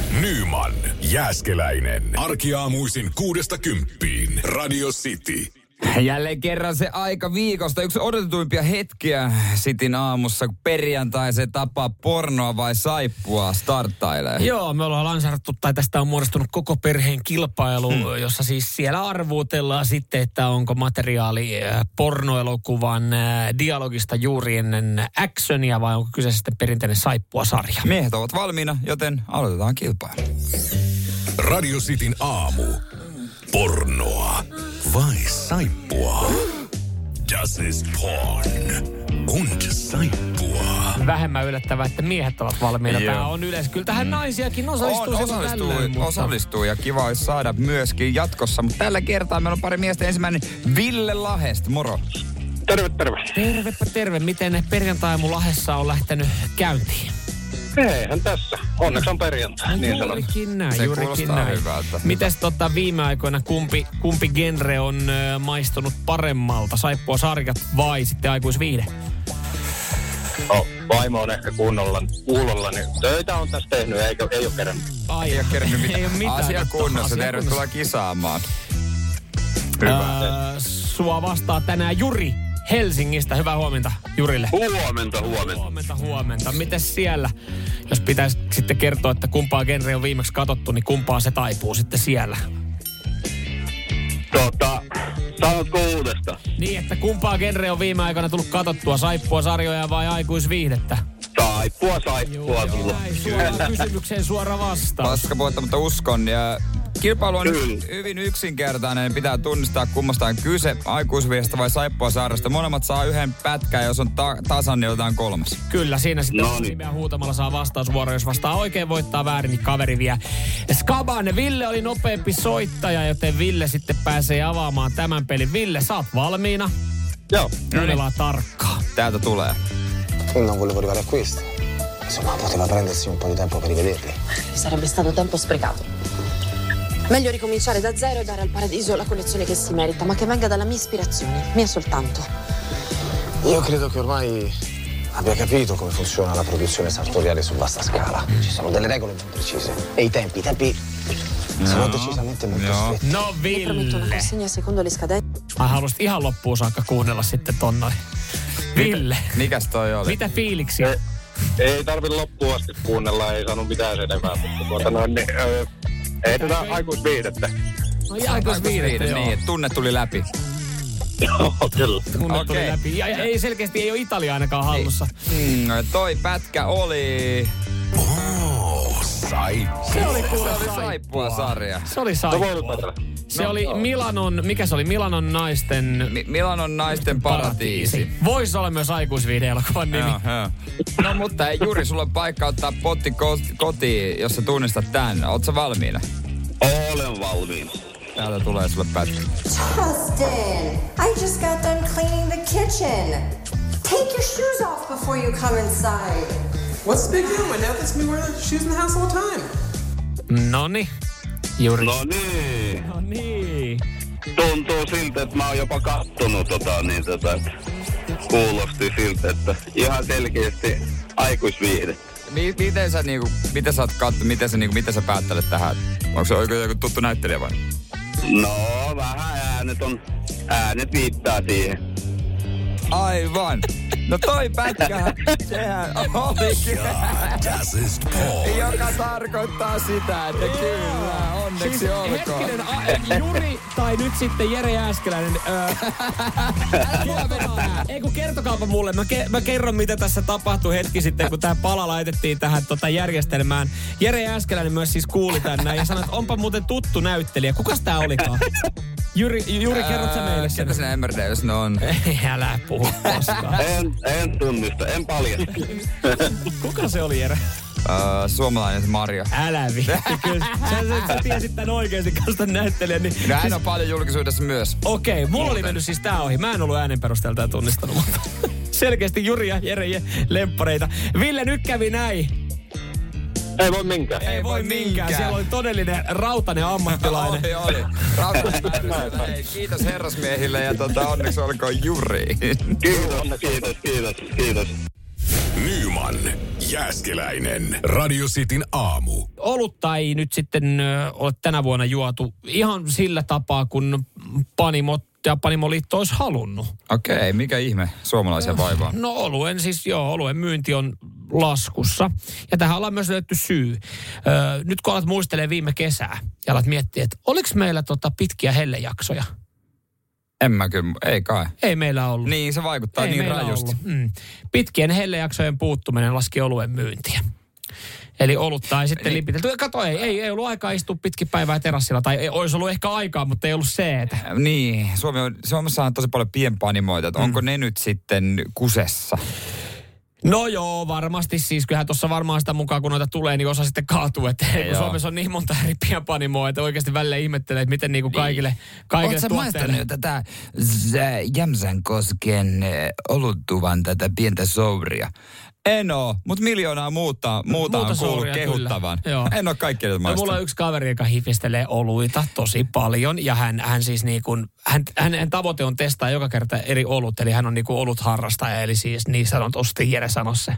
Nyman, Jääskeläinen. Arkiaamuisin kuudesta kymppiin. Radio City. Jälleen kerran se aika viikosta. Yksi odotetuimpia hetkiä Sitin aamussa, kun perjantai se tapaa pornoa vai saippua starttailee. Joo, me ollaan lanseerattu, tai tästä on muodostunut koko perheen kilpailu, hmm. jossa siis siellä arvuutellaan sitten, että onko materiaali pornoelokuvan dialogista juuri ennen actionia vai onko kyseessä sitten perinteinen saippua-sarja. Miehet ovat valmiina, joten aloitetaan kilpailu. Radio Cityn aamu. Pornoa vai saippua? Das ist porn und saippua. Vähemmän yllättävää, että miehet ovat valmiina. Joo. Tämä on yleensä. Kyllä tähän naisiakin osallistuu. On, osallistuu, tällöin, mutta... osallistuu ja kiva olisi saada myöskin jatkossa. Mutta tällä kertaa meillä on pari miestä. Ensimmäinen Ville Lahesta. Moro. Terve, terve. Tervepä terve. Miten perjantai-aamu Lahdessa on lähtenyt käyntiin? Eihän tässä. Onneksi on perjantai, niin sanon. Juurikin näin, se juurikin näin. Hyvältä. Mites tota viime aikoina kumpi, kumpi genre on ö, maistunut paremmalta? Saippua sarjat vai sitten aikuisviihde? No, vaimo on ehkä kunnolla, kuulolla, niin töitä on tässä tehnyt, ei, ei ole kerännyt. Ai, ei ole kerännyt mitään. Ei ole mitään. Asia kunnossa, tervetuloa kisaamaan. Hyvä. Öö, sua vastaa tänään Juri Helsingistä. Hyvää huomenta Jurille. Huomenta, huomenta. Huomenta, huomenta. Mites siellä? Jos pitäisi sitten kertoa, että kumpaa genre on viimeksi katsottu, niin kumpaa se taipuu sitten siellä? Tota, sanotko uudesta? Niin, että kumpaa genre on viime aikoina tullut katsottua? Saippua sarjoja vai aikuisviihdettä? Saippua, saippua tullut. Suoraan kysymykseen suora vastaus. Paskapuhetta, mutta uskon. Ja kilpailu on Kyllä. hyvin yksinkertainen. Pitää tunnistaa kummasta on kyse, aikuisviihdestä vai saippua saarasta. Molemmat saa yhden pätkän, jos on ta- tasan, niin otetaan kolmas. Kyllä, siinä sitten no niin. nimeä huutamalla saa vastausvuoro. Jos vastaa oikein, voittaa väärin, niin kaveri vie Skaban. Ville oli nopeampi soittaja, joten Ville sitten pääsee avaamaan tämän pelin. Ville, sä oot valmiina? Joo. Kuunnellaan tarkkaan. Täältä tulee. Non volevo arrivare a questo. Insomma, poteva prendersi un po' di tempo per rivederli. Sarebbe stato tempo sprecato. Meglio ricominciare da zero e dare al paradiso la collezione che si merita, ma che venga dalla mia ispirazione, mia soltanto. Io credo che ormai abbia capito come funziona la produzione sartoriale su vasta scala. Ci sono delle regole ben precise. E i tempi, i tempi no. sono decisamente molto no. stretti. No, Ville. Prometto una consegna secondo le scadenze. Mä haluaisit ihan loppuun saakka kuunnella sitten ton noin. Ville. Mikäs toi oli? Mitä fiiliksiä? Ei, ei tarvi loppuun asti kuunnella, ei saanut mitään sen enempää, mutta tuota noin, niin, öö, ei tätä aikuisviihdettä. No aikuisviihdettä, joo. Niin, tunne tuli läpi. Joo, kyllä. Tunne okay. tuli läpi. Ja, ja ei selkeästi ei ole Italia ainakaan hallussa. Mm, toi pätkä oli... Oh, saippua. Se oli kuule Se oli saippua-sarja. Se oli saippua. Se no, oli no. Milanon, mikä se oli? Milanon naisten... Mi- Milanon naisten paratiisi. paratiisi. Voisi olla myös aikuisviihde-elokuvan nimi. Joo, joo. No mutta ei, Juri, sulla on paikka ottaa potti ko- kotiin, jos sä tunnistat tän. Oot sä valmiina? Olen valmiina. Täältä tulee sulle pätkä. Justin, I just got done cleaning the kitchen. Take your shoes off before you come inside. What's the big deal? My dad lets me wear the shoes in the house all the time. Noni. Juri. No niin. No niin. Tuntuu siltä, että mä oon jopa kattonut tota, niin tota, että kuulosti siltä, että ihan selkeästi aikuisviihde. Mi- miten sä niinku, miten sä oot kattu, miten sä niinku, miten sä päättelet tähän? Onko se joku, joku tuttu näyttelijä vai? No, vähän äänet on, äänet viittaa siihen. Aivan. No toi pätkä, sehän olikin. Joka tarkoittaa sitä, että kyllä, onneksi siis, olkoon. Hetkinen, a, Juri tai nyt sitten Jere Jääskeläinen. Öö, Ei kun kertokaapa mulle, mä, ke, mä kerron mitä tässä tapahtui hetki sitten, kun tää pala laitettiin tähän tota järjestelmään. Jere Jääskeläinen myös siis kuuli tänne ja sanoi, että onpa muuten tuttu näyttelijä. Kukas tää olikaan? Juri, Juri kerrot sä meille sen? Ketä sinä Emmerdales ne on? Ei, älä puhu koskaan. En, en tunnista, en paljon. Kuka se oli, Jere? Uh, suomalainen Mario. Älä viitti, kyllä. Sä, sä, sä tiesit tän oikeesti kanssa näyttelijän. Niin, no hän siis, on paljon julkisuudessa myös. Okei, okay, mulla oli mennyt siis tää ohi. Mä en ollut äänen perusteelta ja tunnistanut, mutta selkeästi Juri ja Jere lemppareita. Ville, nyt kävi näin. Ei voi minkään. Ei, Ei voi minkään. minkään. Siellä oli todellinen rautainen ammattilainen. oli, oli. Rautainen. Kiitos herrasmiehille ja tota, onneksi olkoon Juri. Kiitos, kiitos, kiitos, kiitos. Nyman, Jääskeläinen, Radio Cityn aamu. Olutta ei nyt sitten ö, ole tänä vuonna juotu ihan sillä tapaa, kun panimot kuluttajapanimoliitto olisi halunnut. Okei, okay, mikä ihme suomalaisia vaivaa? No oluen siis, joo, oluen myynti on laskussa. Ja tähän ollaan myös löytty syy. Öö, nyt kun alat muistelemaan viime kesää ja alat miettiä, että oliko meillä tota pitkiä hellejaksoja? En mä kyllä, ei kai. Ei meillä ollut. Niin, se vaikuttaa ei niin rajusti. Mm. Pitkien hellejaksojen puuttuminen laski oluen myyntiä. Eli olutta ei sitten niin. lipitelty. Kato, ei, ei, ei ollut aikaa istua pitkin päivää terassilla. Tai ei, olisi ollut ehkä aikaa, mutta ei ollut se, että... Niin, Suomi on, Suomessa on tosi paljon pienpanimoita. Mm. Onko ne nyt sitten kusessa? No joo, varmasti siis. Kyllähän tuossa varmaan sitä mukaan, kun noita tulee, niin osa sitten kaatuu. Että kun Suomessa on niin monta eri pienpanimoa, että oikeasti välillä ihmettelee, että miten niinku kaikille, niin. kaikille tuotteille... Oletko sä maistanut tätä Jämsänkosken oluttuvan tätä pientä souria? En oo, mutta miljoonaa muuta, muuta, muuta on kuullut kehuttavan. En oo kaikkea maistanut. No, mulla on yksi kaveri, joka hifistelee oluita tosi paljon. Ja hän, hän siis niin kuin, hän, hänen tavoite on testaa joka kerta eri olut. Eli hän on niin kuin olutharrastaja. Eli siis niin sanotusti Jere sanoi se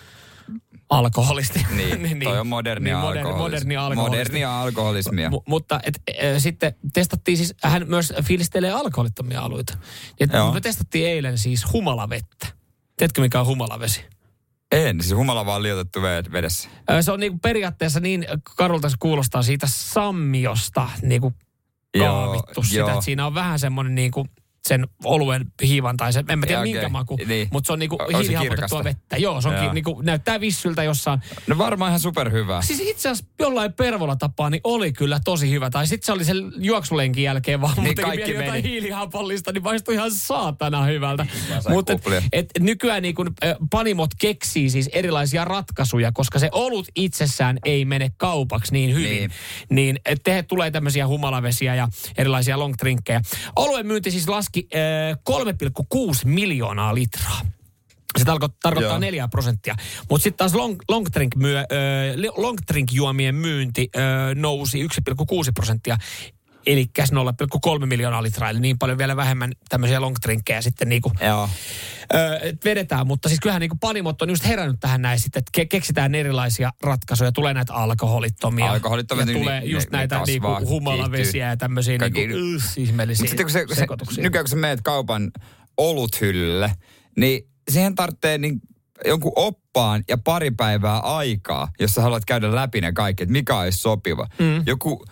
alkoholisti. Niin, niin toi on moderni niin, alkoholismi. Moderni alkoholismi. Modernia alkoholismia. M- mutta et, e, sitten testattiin siis, hän myös fiilistelee alkoholittomia alueita. Me testattiin eilen siis humalavettä. Tiedätkö mikä on humalavesi? En, siis humala vaan liotettu vedessä. Se on niinku periaatteessa niin karulta se kuulostaa siitä sammiosta niinku kaavittu joo, sitä, joo. Että siinä on vähän semmoinen niinku sen oluen hiivan tai se, en mä tiedä ja, minkä okay. maku, niin. Mutta se on niinku hiilihapotettua vettä. Joo, se onkin niinku, näyttää vissyltä jossain. No varmaan ihan superhyvää. Siis itse asiassa jollain pervolla tapaa, niin oli kyllä tosi hyvä. Tai sitten se oli sen juoksulenkin jälkeen vaan niin muutenkin vielä jotain hiilihapollista, niin maistui ihan saatana hyvältä. Mutta et, et, nykyään niinku panimot keksii siis erilaisia ratkaisuja, koska se olut itsessään ei mene kaupaksi niin hyvin. Niin, niin te, tulee tämmöisiä humalavesiä ja erilaisia long drinkkejä. Oluen myynti siis laski kolme pilkku kuusi miljoonaa litraa. Se tarko- tarkoittaa neljä prosenttia. Mutta sitten taas long, long, drink myö, äh, long drink juomien myynti äh, nousi yksi pilkku kuusi prosenttia. Eli nolla pilkku kolme miljoonaa litraa. Eli niin paljon vielä vähemmän tämmöisiä long drinkkejä sitten niinku äh, vedetään. Mutta siis kyllähän niinku panimot on just herännyt tähän näin sitten, että ke- keksitään erilaisia ratkaisuja. Tulee näitä alkoholittomia. Alkoholittomia. Ja tulee just ne, näitä ne niinku humalavesiä ja tämmöisiä niinku yh, ihmeellisiä sitten kun se, sekoituksia. Se, nykyään kun sä meet kaupan oluthyllylle, niin siihen tarvitsee niin jonkun oppaan ja pari päivää aikaa, jos sä haluat käydä läpi ne kaikki, että mikä olisi sopiva. Mm. Joku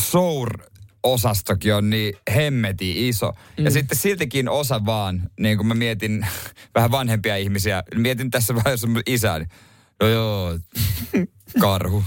sour-osastokin on niin hemmeti iso. Mm. Ja sitten siltikin osa vaan, niin kun mä mietin vähän vanhempia ihmisiä, mietin tässä vähän jos mun isäni. No joo, karhu.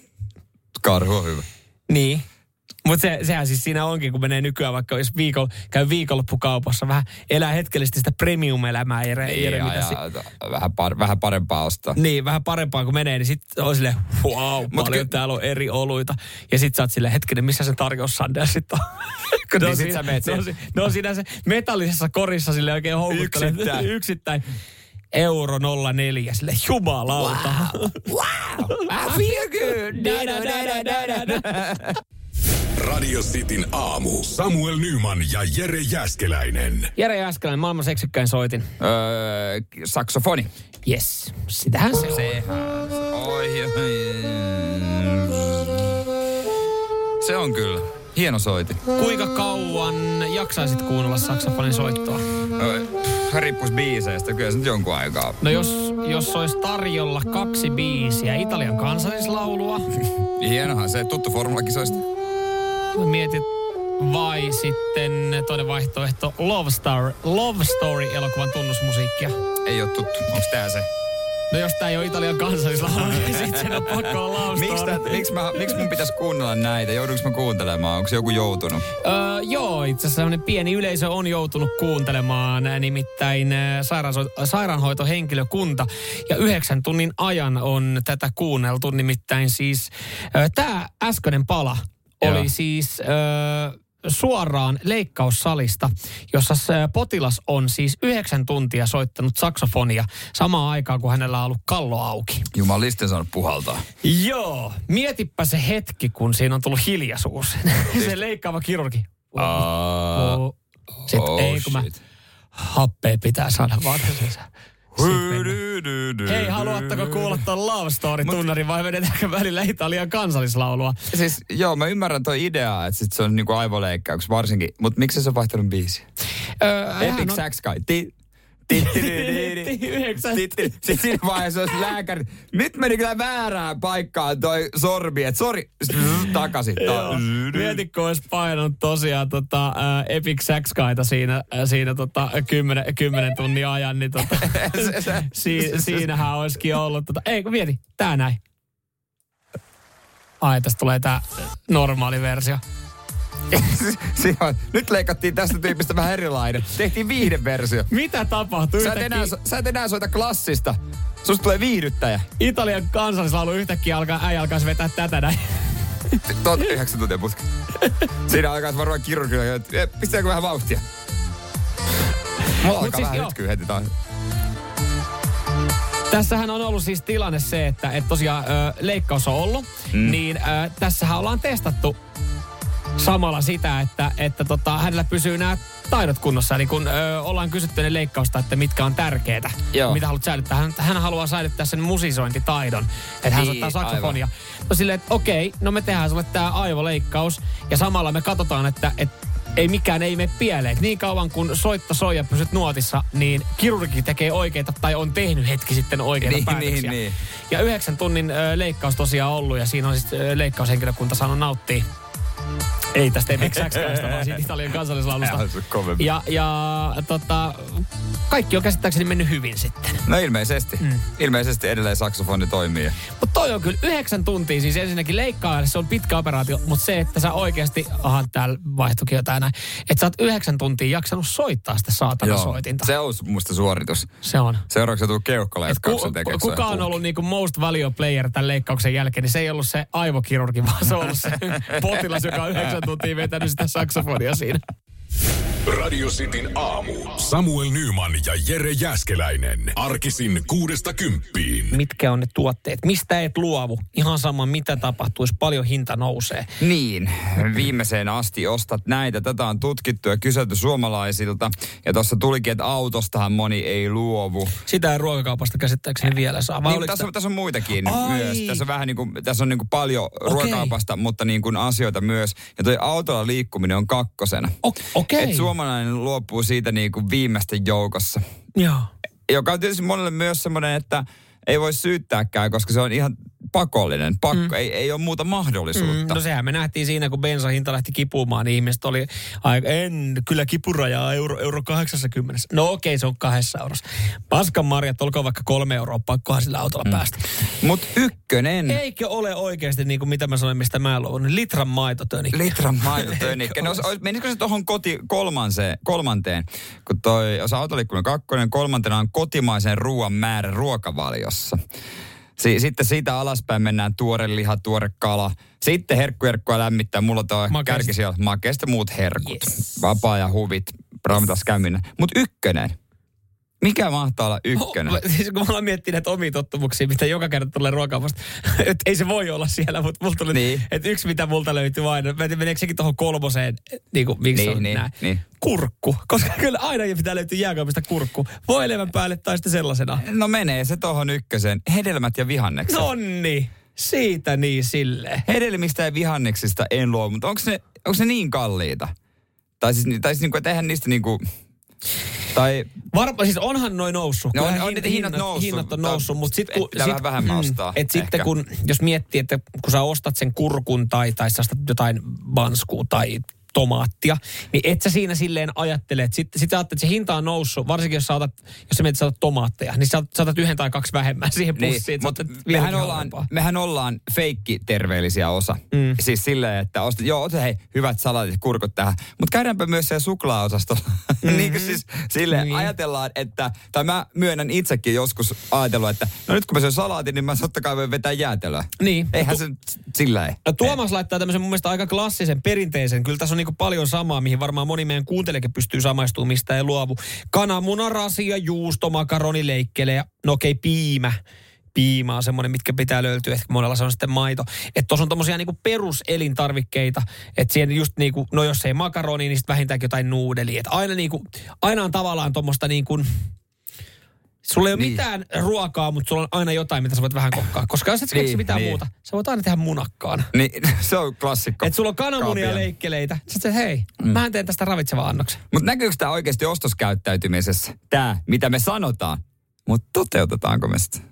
Karhu on hyvä. Niin. Mutta se, sehän siis siinä onkin, kun menee nykyään vaikka jos viikon, käy viikonloppukaupassa, vähän elää hetkellisesti sitä premium-elämää. Jere, niin, Jere, ja, mitä ja, si- vähän, par, vähän parempaa ostaa. Niin, vähän parempaa kun menee, niin sitten on silleen, wow, Mut paljon ky- täällä on eri oluita. Ja sitten sä oot silleen, hetkinen, missä se tarjoussande sitten on? Kun niin sit sä meet ne, on, ne on siinä se metallisessa korissa silleen oikein houkuttelee. Yksittäin. Yksittäin. Euro nolla neljä, sille jumalauta. Wow, wow, I feel good. Da, da, da, da, da, da. Radio Cityn aamu. Samuel Nyman ja Jere Jääskeläinen. Jere Jääskeläinen, maailman seksikkäin soitin. Öö, saksofoni. Yes, sitähän se on. Sehän se oi, se on kyllä. Hieno soitin. Kuinka kauan jaksaisit kuunnella saksofonin soittoa? Öö, riippuisi biiseistä, kyllä se nyt jonkun aikaa. No jos, jos olisi tarjolla kaksi biisiä, Italian kansallislaulua. Hienohan se, tuttu formulakisoista. Mietit, vai sitten toinen vaihtoehto Love Story, Love Story-elokuvan tunnusmusiikkia. Ei ole tuttu, onks tää se? No jos tää ei ole Italian kansallislaulu, niin sit sen on pakko olla Love Story. Miks, miks, mä, miks mun pitäisi kuunnella näitä? Joudunko mä kuuntelemaan? Onko joku joutunut? Öö, joo, itse asiassa sellainen pieni yleisö on joutunut kuuntelemaan, nimittäin sairaanso- sairaanhoitohenkilökunta. Ja yhdeksän tunnin ajan on tätä kuunneltu, nimittäin siis öö, tää äskeinen pala oli joo. siis Öö, suoraan leikkaussalista, jossa potilas on siis yhdeksän tuntia soittanut saksofonia samaan aikaan, kun hänellä on ollut kallo auki. Jumalisten saanut puhaltaa. Joo. Mietipä se hetki, kun siinä on tullut hiljaisuus. Se leikkaava kirurgi. Oh, oh. Sitten oh, ei, kun mä happea pitää saada vaan. Hei, haluatteko kuulla ton Love Story-tunnarin vai vedetäänkö välillä Italian kansallislaulua? Siis joo, mä ymmärrän toi idea, että sit se on niinku aivoleikkauks varsinkin. Mutta miksi se on vaihtanut biisiä? Epic on... Sax Guy. Sitten siinä vaiheessa olisi lääkäri. Nyt meni kyllä väärään paikkaan toi sormi, että sori, takaisin. Mietitkö olisi painanut tosiaan tota, uh, Epic Sax Guyta siinä, uh, siinä tota, kymmenen, kymmenen tunnin ajan, niin tota, si, siinähän olisikin ollut. Tota, ei kun mieti, tää näin. Ai, tästä tulee tää normaali versio. Nyt leikattiin tästä tyypistä vähän erilainen. Tehtiin viihdeversio. Mitä tapahtui? Sä et, enää, sä et enää soita klassista. Susta tulee viihdyttäjä. Italian kansallislaulu yhtäkkiä alkaa, äijä alkaisi vetää tätä näin. Tuot yhdeksän tuntia putki. Siinä alkaisi varmaan kirurgilla, että pistääkö vähän vauhtia? Mulla alkaa siis vähän hytkyä heti taas. Tässähän on ollut siis tilanne se, että et tosiaan ö, leikkaus on ollut, mm. niin ö, tässähän ollaan testattu samalla sitä, että, että tota, hänellä pysyy nämä taidot kunnossa. Eli kun ö, ollaan kysytty ne leikkausta, että mitkä on tärkeitä, mitä haluat säilyttää. Hän, hän haluaa säilyttää sen musisointitaidon, että hän niin, soittaa saksofonia. Aivan. No silleen, että okei, no me tehdään sulle tää aivoleikkaus ja samalla me katsotaan, että et, ei mikään ei mene pieleen. Niin kauan kun soitto soi ja pysyt nuotissa, niin kirurgi tekee oikeita tai on tehnyt hetki sitten oikeita niin, päätöksiä. Niin, niin. Ja yhdeksän tunnin ö, leikkaus tosiaan ollut ja siinä on siis ö, leikkaushenkilökunta saanut nauttia. Ei tästä Epic Sax Guysta, vaan siitä Italian kansallislaulusta. Ja, ja tota, kaikki on käsittääkseni mennyt hyvin sitten. No ilmeisesti. Mm. Ilmeisesti edelleen saksofoni toimii. Mutta toi on kyllä yhdeksän tuntia, siis ensinnäkin leikkaa, se on pitkä operaatio, mutta se, että sä oikeasti, aha, täällä vaihtuikin jotain näin, että sä oot yhdeksän tuntia jaksanut soittaa sitä saatana soitinta. Se on musta suoritus. Se on. Seuraavaksi tuu keuhkoleikkauksen ku, tekeksi. Kuka on ollut niinku most value player tämän leikkauksen jälkeen, niin se ei ollut se aivokirurgi, vaan se on ollut se potilas, joka on yhdeksän tuntia vetänyt sitä saksofonia siinä. Radio Cityn aamu. Samuel Nyman ja Jere Jääskeläinen. Arkisin kuudesta kymppiin. Mitkä on ne tuotteet? Mistä et luovu? Ihan sama mitä tapahtuisi, paljon hinta nousee. Niin, viimeiseen asti ostat näitä. Tätä on tutkittu ja kyselty suomalaisilta. Ja tuossa tulikin, että autostahan moni ei luovu. Sitä ei ruokakaupasta käsittääkseni vielä saa. Niin, tässä, on, tässä on muitakin Ai. myös. Tässä on vähän niin kuin, tässä on niin kuin paljon okay. ruokakaupasta, mutta niin kuin asioita myös. Ja toi autolla liikkuminen on kakkosena. Okei. Okay. Suomalainen luopuu siitä niin kuin viimeisten joukossa. Joo. Joka on tietysti monelle myös semmoinen, että ei voi syyttääkään, koska se on ihan pakollinen. Pakko, mm. ei, ei ole muuta mahdollisuutta. Mm, no sehän me nähtiin siinä, kun bensahinta lähti kipumaan, niin ihmiset oli, en, kyllä kipurajaa euro, euro kahdeksankymmentä. No okei, se on kahdessa eurossa. Paskan marjat, olkoon vaikka kolme euroa, pakkohan sillä autolla mm. päästä. Mut ykkönen. Eikö ole oikeasti, niin kuin mitä mä sanoin, mistä mä luovun, litran maitotönikkä. Litran maitotönikkä. No, menisikö se tuohon koti kolmanseen, kolmanteen, kun toi, jos autoliikkuminen kakkonen, kolmantena on kotimaisen ruoan määrä ruokavaliossa. Si- sitten siitä alaspäin mennään tuore liha, tuore kala. Sitten herkkuherkkua lämmittää. Mulla toi kärki siellä makeista muut herkut. Yes. Vapaa ja huvit. Raumitas käyminen. Mut ykkönen. Mikä mahtaa olla ykkönen? Oh, siis kun mä olen miettinyt omia tottumuksia, mitä joka kerta tulee ruokaavasta. Että ei se voi olla siellä, mutta mulla tuli, niin. että yksi mitä multa löytyy aina. Meneekö sekin tuohon kolmoseen, niin kuin miksi niin, on niin, näin? Niin. Kurkku. Koska kyllä aina pitää löytyä jääkaapista kurkku. Voi levän päälle tai sitten sellaisena. No menee se tuohon ykköseen. Hedelmät ja vihannekset. Nonni. Siitä niin silleen. Hedelmistä ja vihanneksista en luo, mutta onko ne, onko ne niin kalliita? Tai siis, tai siis niin kuin, että eihän niistä niin kuin... Tai... Varma, siis onhan noin noussut. No on, on niitä hinnat, hinnat noussut. Hinnat on noussut, mutta sitten kun... Pitää sit, vähän vähemmän ostaa. Et sitten kun, jos miettii, että kun sä ostat sen kurkun tai, tai sä ostat jotain banskua tai tomaattia, niin et sä siinä silleen ajattele, että sitten sit sä ajattelet, että se hinta on noussut, varsinkin jos sä otat, jos sä mietit, sä otat tomaatteja, niin sä otat yhden tai kaksi vähemmän siihen pussiin. Niin, mutta mehän ollaan, mehän ollaan feikki-terveellisiä osa. Mm. Siis silleen, että ostat, joo, ota hei, hyvät salatit, kurkut tähän. Mutta käydäänpä myös siellä suklaaosastolla. Mm-hmm. niin kuin siis silleen niin. Ajatellaan, että, tai mä myönnän itsekin joskus ajatellut, että no nyt kun mä syön salaatin, niin mä totta kai voin vetää jäätelöä. Niin. Eihän tu- se silleen. No Tuomas ei. Laittaa tämmöisen mun mielestä aika klassisen, perinteisen. Kyllä tässä on niinku paljon samaa, mihin varmaan moni meidän kuuntelijakin pystyy samaistumaan, mistä ei luovu. Kananmuna, rasia, juusto, makaroni, leikkele, no okei, okay, piimä. Piima on semmoinen, mitkä pitää löytyä, ehkä monella se on sitten maito. Että tuossa on tommosia niinku peruselintarvikkeita, että siihen just niinku, no jos ei makaroni, niin sitten vähintäänkin jotain nuudelia. Että aina niinku, aina on tavallaan tommoista niinku, Sulla ei ole Niin. mitään ruokaa, mutta sulla on aina jotain, mitä sä voit vähän kokkaa. Koska jos et sä keksi Niin, mitään niin. muuta, sä voit aina tehdä munakkaan. Niin, se on klassikko. Että sulla on kananmunia ja Kaapia. leikkeleitä. Sä sanoit, hei, mm. mähän teen tästä ravitsevan annoksen. Mutta näkyykö tämä oikeasti ostoskäyttäytymisessä? Tämä, mitä me sanotaan. Mutta toteutetaanko me sitä?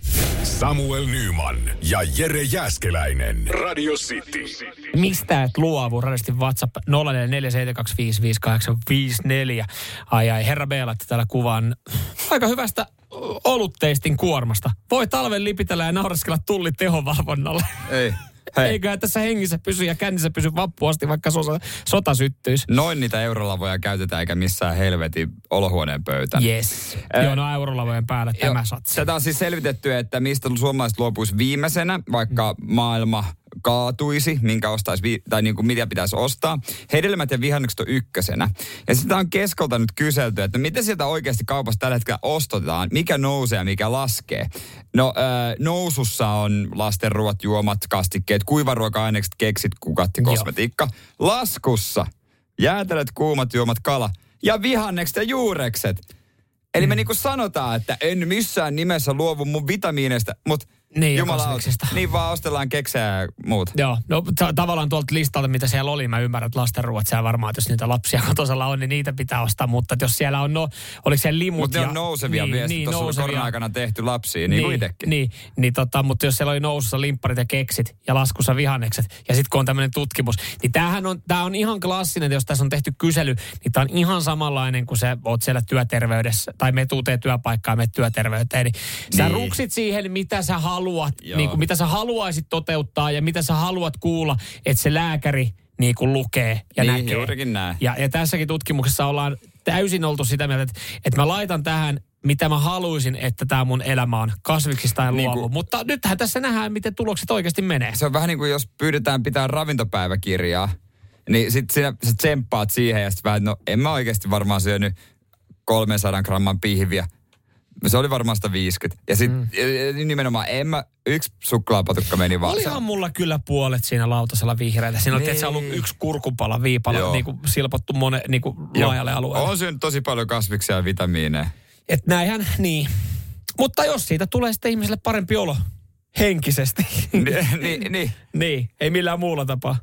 Samuel Nyman ja Jere Jääskeläinen. Radio City. Mistä et luovu? Radistin WhatsApp nolla neljä neljä seitsemän kaksi viisi viisi kahdeksan viisi neljä. Ai ai, herra B laittoi täällä kuvan aika hyvästä olutteistin kuormasta. Voi talven lipitellä ja naureskella tulli tehovalvonnalle. Ei. Hei. Eiköhän tässä hengissä pysy ja kännissä pysy vappu asti, vaikka sota, sota syttyisi. Noin niitä eurolavoja käytetään eikä missään helvetin olohuoneen pöytään. Yes. Äh, Joo, no eurolavojen päällä jo, tämä satsi. Tätä on siis selvitetty, että mistä suomalaiset luopuisi viimeisenä, vaikka mm. maailma kaatuisi, minkä ostaisi, vi- tai niin kuin mitä pitäisi ostaa. Hedelmät ja vihannekset on ykkösenä. Ja sitä on Keskolta nyt kyselty, että miten sieltä oikeasti kaupassa tällä hetkellä ostetaan, mikä nousee ja mikä laskee. No äh, nousussa on lasten ruoat, juomat, kastikkeet, kuivaruoka-ainekset, keksit, kukatti, kosmetiikka. Laskussa jäätelöt, kuumat juomat, kala ja vihannekset ja juurekset. Eli mm. me niin kuin sanotaan, että en missään nimessä luovu mun vitamiineista, mutta niin, jumalauta, niin vaan ostellaan keksejä ja muuta. Joo, no t- tavallaan tuolta listalta, mitä siellä oli, mä ymmärrän, että lastenruuat siellä varmaan, että jos niitä lapsia kotosalla on, niin niitä pitää ostaa, mutta että jos siellä on, no, oliko siellä limut Mutta ne ja... on nousevia niin, viestit, niin, tuossa nousevia. oli korona-aikana tehty lapsia, niin kuin itsekin. Niin, niin tota, mutta jos siellä oli nousussa limpparit ja keksit ja laskussa vihannekset, ja sitten kun on tämmöinen tutkimus, niin tämähän on, tää on ihan klassinen, jos tässä on tehty kysely, niin tämä on ihan samanlainen, kun sä oot siellä työterveydessä, tai me tuutee työpaikkaa, me työterveyteen, niin, niin sä ruksit siihen, mitä sä haluat, niin kuin, mitä sä haluaisit toteuttaa ja mitä sä haluat kuulla, että se lääkäri niin kuin lukee ja niin, näkee. juurikin näin. Ja, ja tässäkin tutkimuksessa ollaan täysin oltu sitä mieltä, että, että mä laitan tähän, mitä mä haluaisin, että tämä mun elämä on kasviksista ja luovu. Niin mutta nythän tässä nähdään, miten tulokset oikeasti menee. Se on vähän niin kuin jos pyydetään pitää ravintopäiväkirjaa, niin sit sinä sä tsemppaat siihen ja sit vähän, no en mä oikeasti varmaan syönyt kolmesataa gramman pihviä. Se oli varmaan sitä viisikymmentä. Ja sitten mm. nimenomaan en mä, yksi suklaapatukka meni vaan. Olihan mulla kyllä puolet siinä lautasella vihreitä. Siinä oli, että se on ollut yksi kurkupala viipala, niin kuin silpottu monen niin kuin laajalle alueelle. On syönyt tosi paljon kasviksia ja vitamiineja. Et näinhän, niin. Mutta jos siitä tulee sitten ihmiselle parempi olo henkisesti. niin, niin, niin. niin, ei millään muulla tapaa.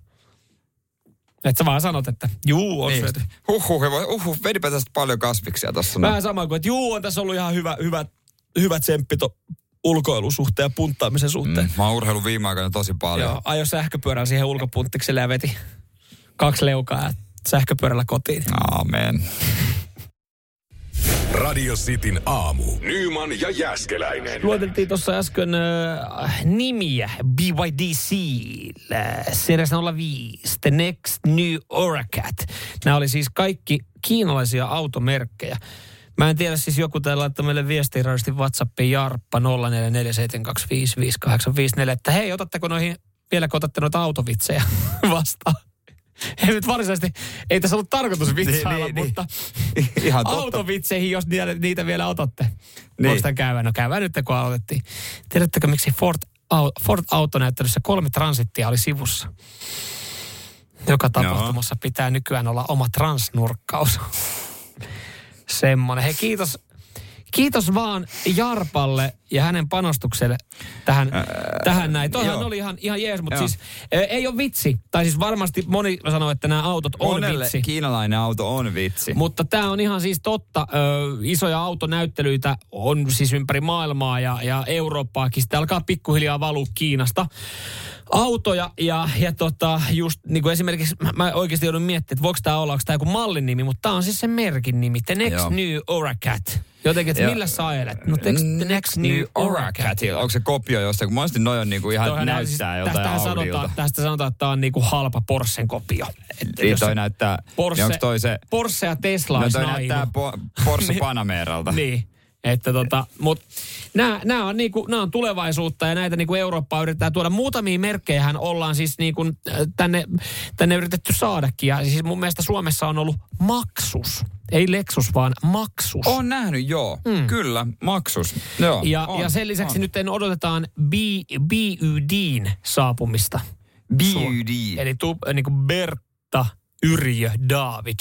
Että sä vaan sanot, että juu, on niin. syöty. Huhhuh, huhhuh, vedipä tästä paljon kasviksia tossa. Vähän sama kuin, että juu, on tässä ollut ihan hyvä, hyvä, hyvä tsemppi to ulkoilusuhteen ja punttaamisen suhteen. Mm, mä oon urheillut viime aikoina tosi paljon. Joo, ajo sähköpyörällä siihen ulkopunttikselle ja veti kaksi leukaa ja sähköpyörällä kotiin. Aamen. Radio Cityn aamu. Nyman ja Jääskeläinen. Luoteltiin tuossa äsken äh, nimiä B Y D C, Series nolla viisi, The Next New Oracat. Nämä oli siis kaikki kiinalaisia automerkkejä. Mä en tiedä, siis joku täällä laittaa meille viestiä radiosti WhatsAppiin Jarppa nolla neljä neljä seitsemän kaksi viisi viisi kahdeksan viisi neljä, että hei, otatteko noihin, vieläkö otatte noita autovitsejä vastaan? Ei nyt varsinaisesti, ei tässä ollut tarkoitus vitsailla, niin, mutta niin. Ihan autovitseihin, jos niitä, niitä vielä otatte. Niin. Voiko sitä käydä? No käydään nyt, kun aloitettiin. Tiedättekö, miksi Ford, Ford Autonäyttelyssä kolme transittia oli sivussa? Joka tapahtumassa no. pitää nykyään olla oma transnurkkaus. Semmoinen. Hei, kiitos. Kiitos vaan Jarpalle ja hänen panostukselle tähän, äh, tähän näin. Toihan joo. oli ihan, ihan jees, mutta joo. siis äh, ei ole vitsi. Tai siis varmasti moni sanoo, että nämä autot on Monelle vitsi. kiinalainen auto on vitsi. Mutta tämä on ihan siis totta. Ö, isoja autonäyttelyitä on siis ympäri maailmaa ja, ja Eurooppaakin. Sitten alkaa pikkuhiljaa valua Kiinasta autoja ja, ja tota, just niin kuin esimerkiksi mä oikeasti joudun miettimään, että voiko tämä olla, onko tämä joku mallin nimi, mutta tämä on siis se merkin nimi. The Next Joo. New Oracat. Jotenkin, että millä sä ajelet? No, text, the Next New Oracat. Onko se kopio jostain? Kun monesti noi on niinku ihan Toihan näyttää siis, jotain Audilta. Tästä sanotaan, että tämä on niinku halpa Porschen kopio. Niin toi näyttää, Porsche, niin toi se... Porsche ja Tesla no olisi toi näyttää po, Porsche Panameralta. Niin. Että tota, mutta nämä on, niinku, on tulevaisuutta ja näitä niinku Eurooppaa yritetään tuoda. Muutamia merkkejähän ollaan siis niinku tänne, tänne yritetty saadakin. Ja siis mun mielestä Suomessa on ollut Maxus. Ei Lexus, vaan Maxus. Oon nähnyt, joo. Mm. Kyllä, Maxus. Joo, ja, on, ja sen lisäksi on. nyt odotetaan B, B Y D:n saapumista. B Y D. Eli tu, niin kuin Bertta, Yrjö, David.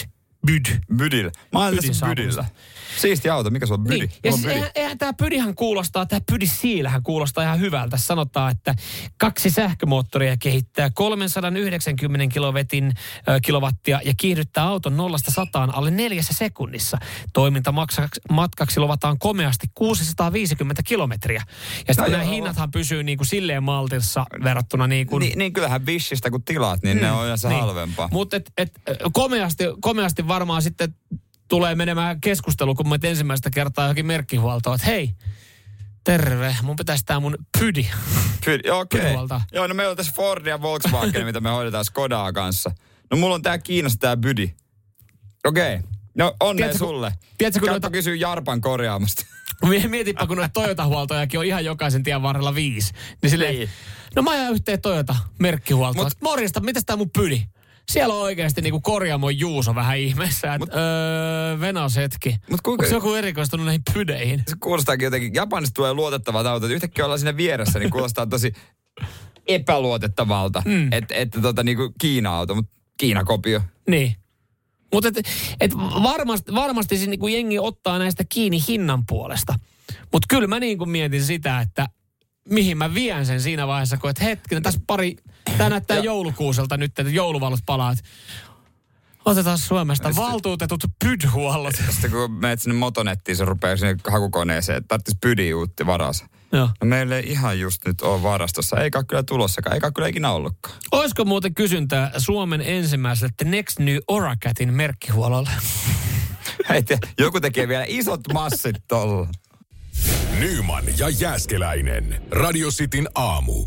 Byd. Bydillä. Mä olen tässä Bydillä. Siisti auto, mikä se on Bydi? Niin. Ja siis eihän, eihän tämä Bydihan kuulostaa, tämä Bydisiillähän kuulostaa ihan hyvältä. Sanotaan, että kaksi sähkömoottoria kehittää kolmesataayhdeksänkymmentä kilowatin, äh, kilowattia ja kiihdyttää auton nollasta sataan alle neljässä sekunnissa. Toimintamatkaksi luvataan komeasti kuusisataaviisikymmentä kilometriä. Ja sitten nämä hinnathan pysyy niin kuin silleen maltissa verrattuna niin kuin... Niin, niin kyllähän Wishistä kun tilaat, niin hmm, ne on yleensä niin halvempaa. Mutta et, et, komeasti, komeasti varmaan sitten... tulee menemään keskustelu, kun mä ensimmäistä kertaa johonkin merkkihuoltoon, että hei, terve, mun pitäisi tää mun pydi. Pydi, okei. Okay. Joo, no meillä on tässä Ford ja Volkswagen, mitä me hoidetaan Skodaa kanssa. No mulla on tää Kiinassa tää pydi. Okei. Okay. No onnea tiedätkö, sulle. Tiedätkö, kun noita... kysyy Jarpan korjaamasta. Mietipä, kun noita Toyota-huoltojakin on ihan jokaisen tien varrella viisi. Niin silleen, niin. No mä ajan yhteen Toyota-merkkihuoltoon. Mut... Morjesta, mitäs tää mun pydi? Siellä on oikeasti niinku korjaamon Juuso vähän ihmeessä, että öö, venaus hetki. Mut kuinka... Onko se joku erikoistunut näihin pydeihin? Se kuulostaakin jotenkin, Japanista tulee luotettavat autot, yhtäkkiä ollaan siinä vieressä, niin kuulostaa tosi epäluotettavalta, mm. että et, tota niinku Kiina-auto, mutta Kiina-kopio. Niin. Mutta et, et varmasti, varmasti siis niinku jengi ottaa näistä kiinni hinnan puolesta. Mutta kyllä mä niinku mietin sitä, että mihin mä vien sen siinä vaiheessa, kun että hetkinen, tässä pari, tää näyttää joulukuuselta nyt, että jouluvalot palaa, että otetaan Suomesta sitten, valtuutetut pydhuollot. Sitten kun menet sinne motonettiin, se rupeaa sinne hakukoneeseen, että tarvitsisi pydiuutti varassa. Joo. No meillä ei ihan just nyt ole varastossa, eikä kyllä tulossakaan, eikä kyllä ikinä ollutkaan. Olisiko muuten kysyntää Suomen ensimmäiselle The Next New Oracatin merkkihuololle? Hei, joku tekee vielä isot massit tolla. Nyman ja Jääskeläinen. Radio Cityn aamu.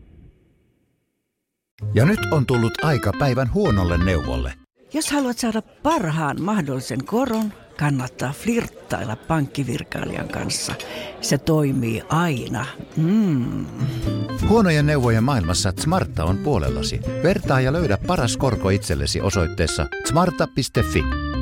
Ja nyt on tullut aika päivän huonolle neuvolle. Jos haluat saada parhaan mahdollisen koron, kannattaa flirttailla pankkivirkailijan kanssa. Se toimii aina. Mm. Huonojen neuvojen maailmassa Smarta on puolellasi. Vertaa ja löydä paras korko itsellesi osoitteessa smarta piste fi.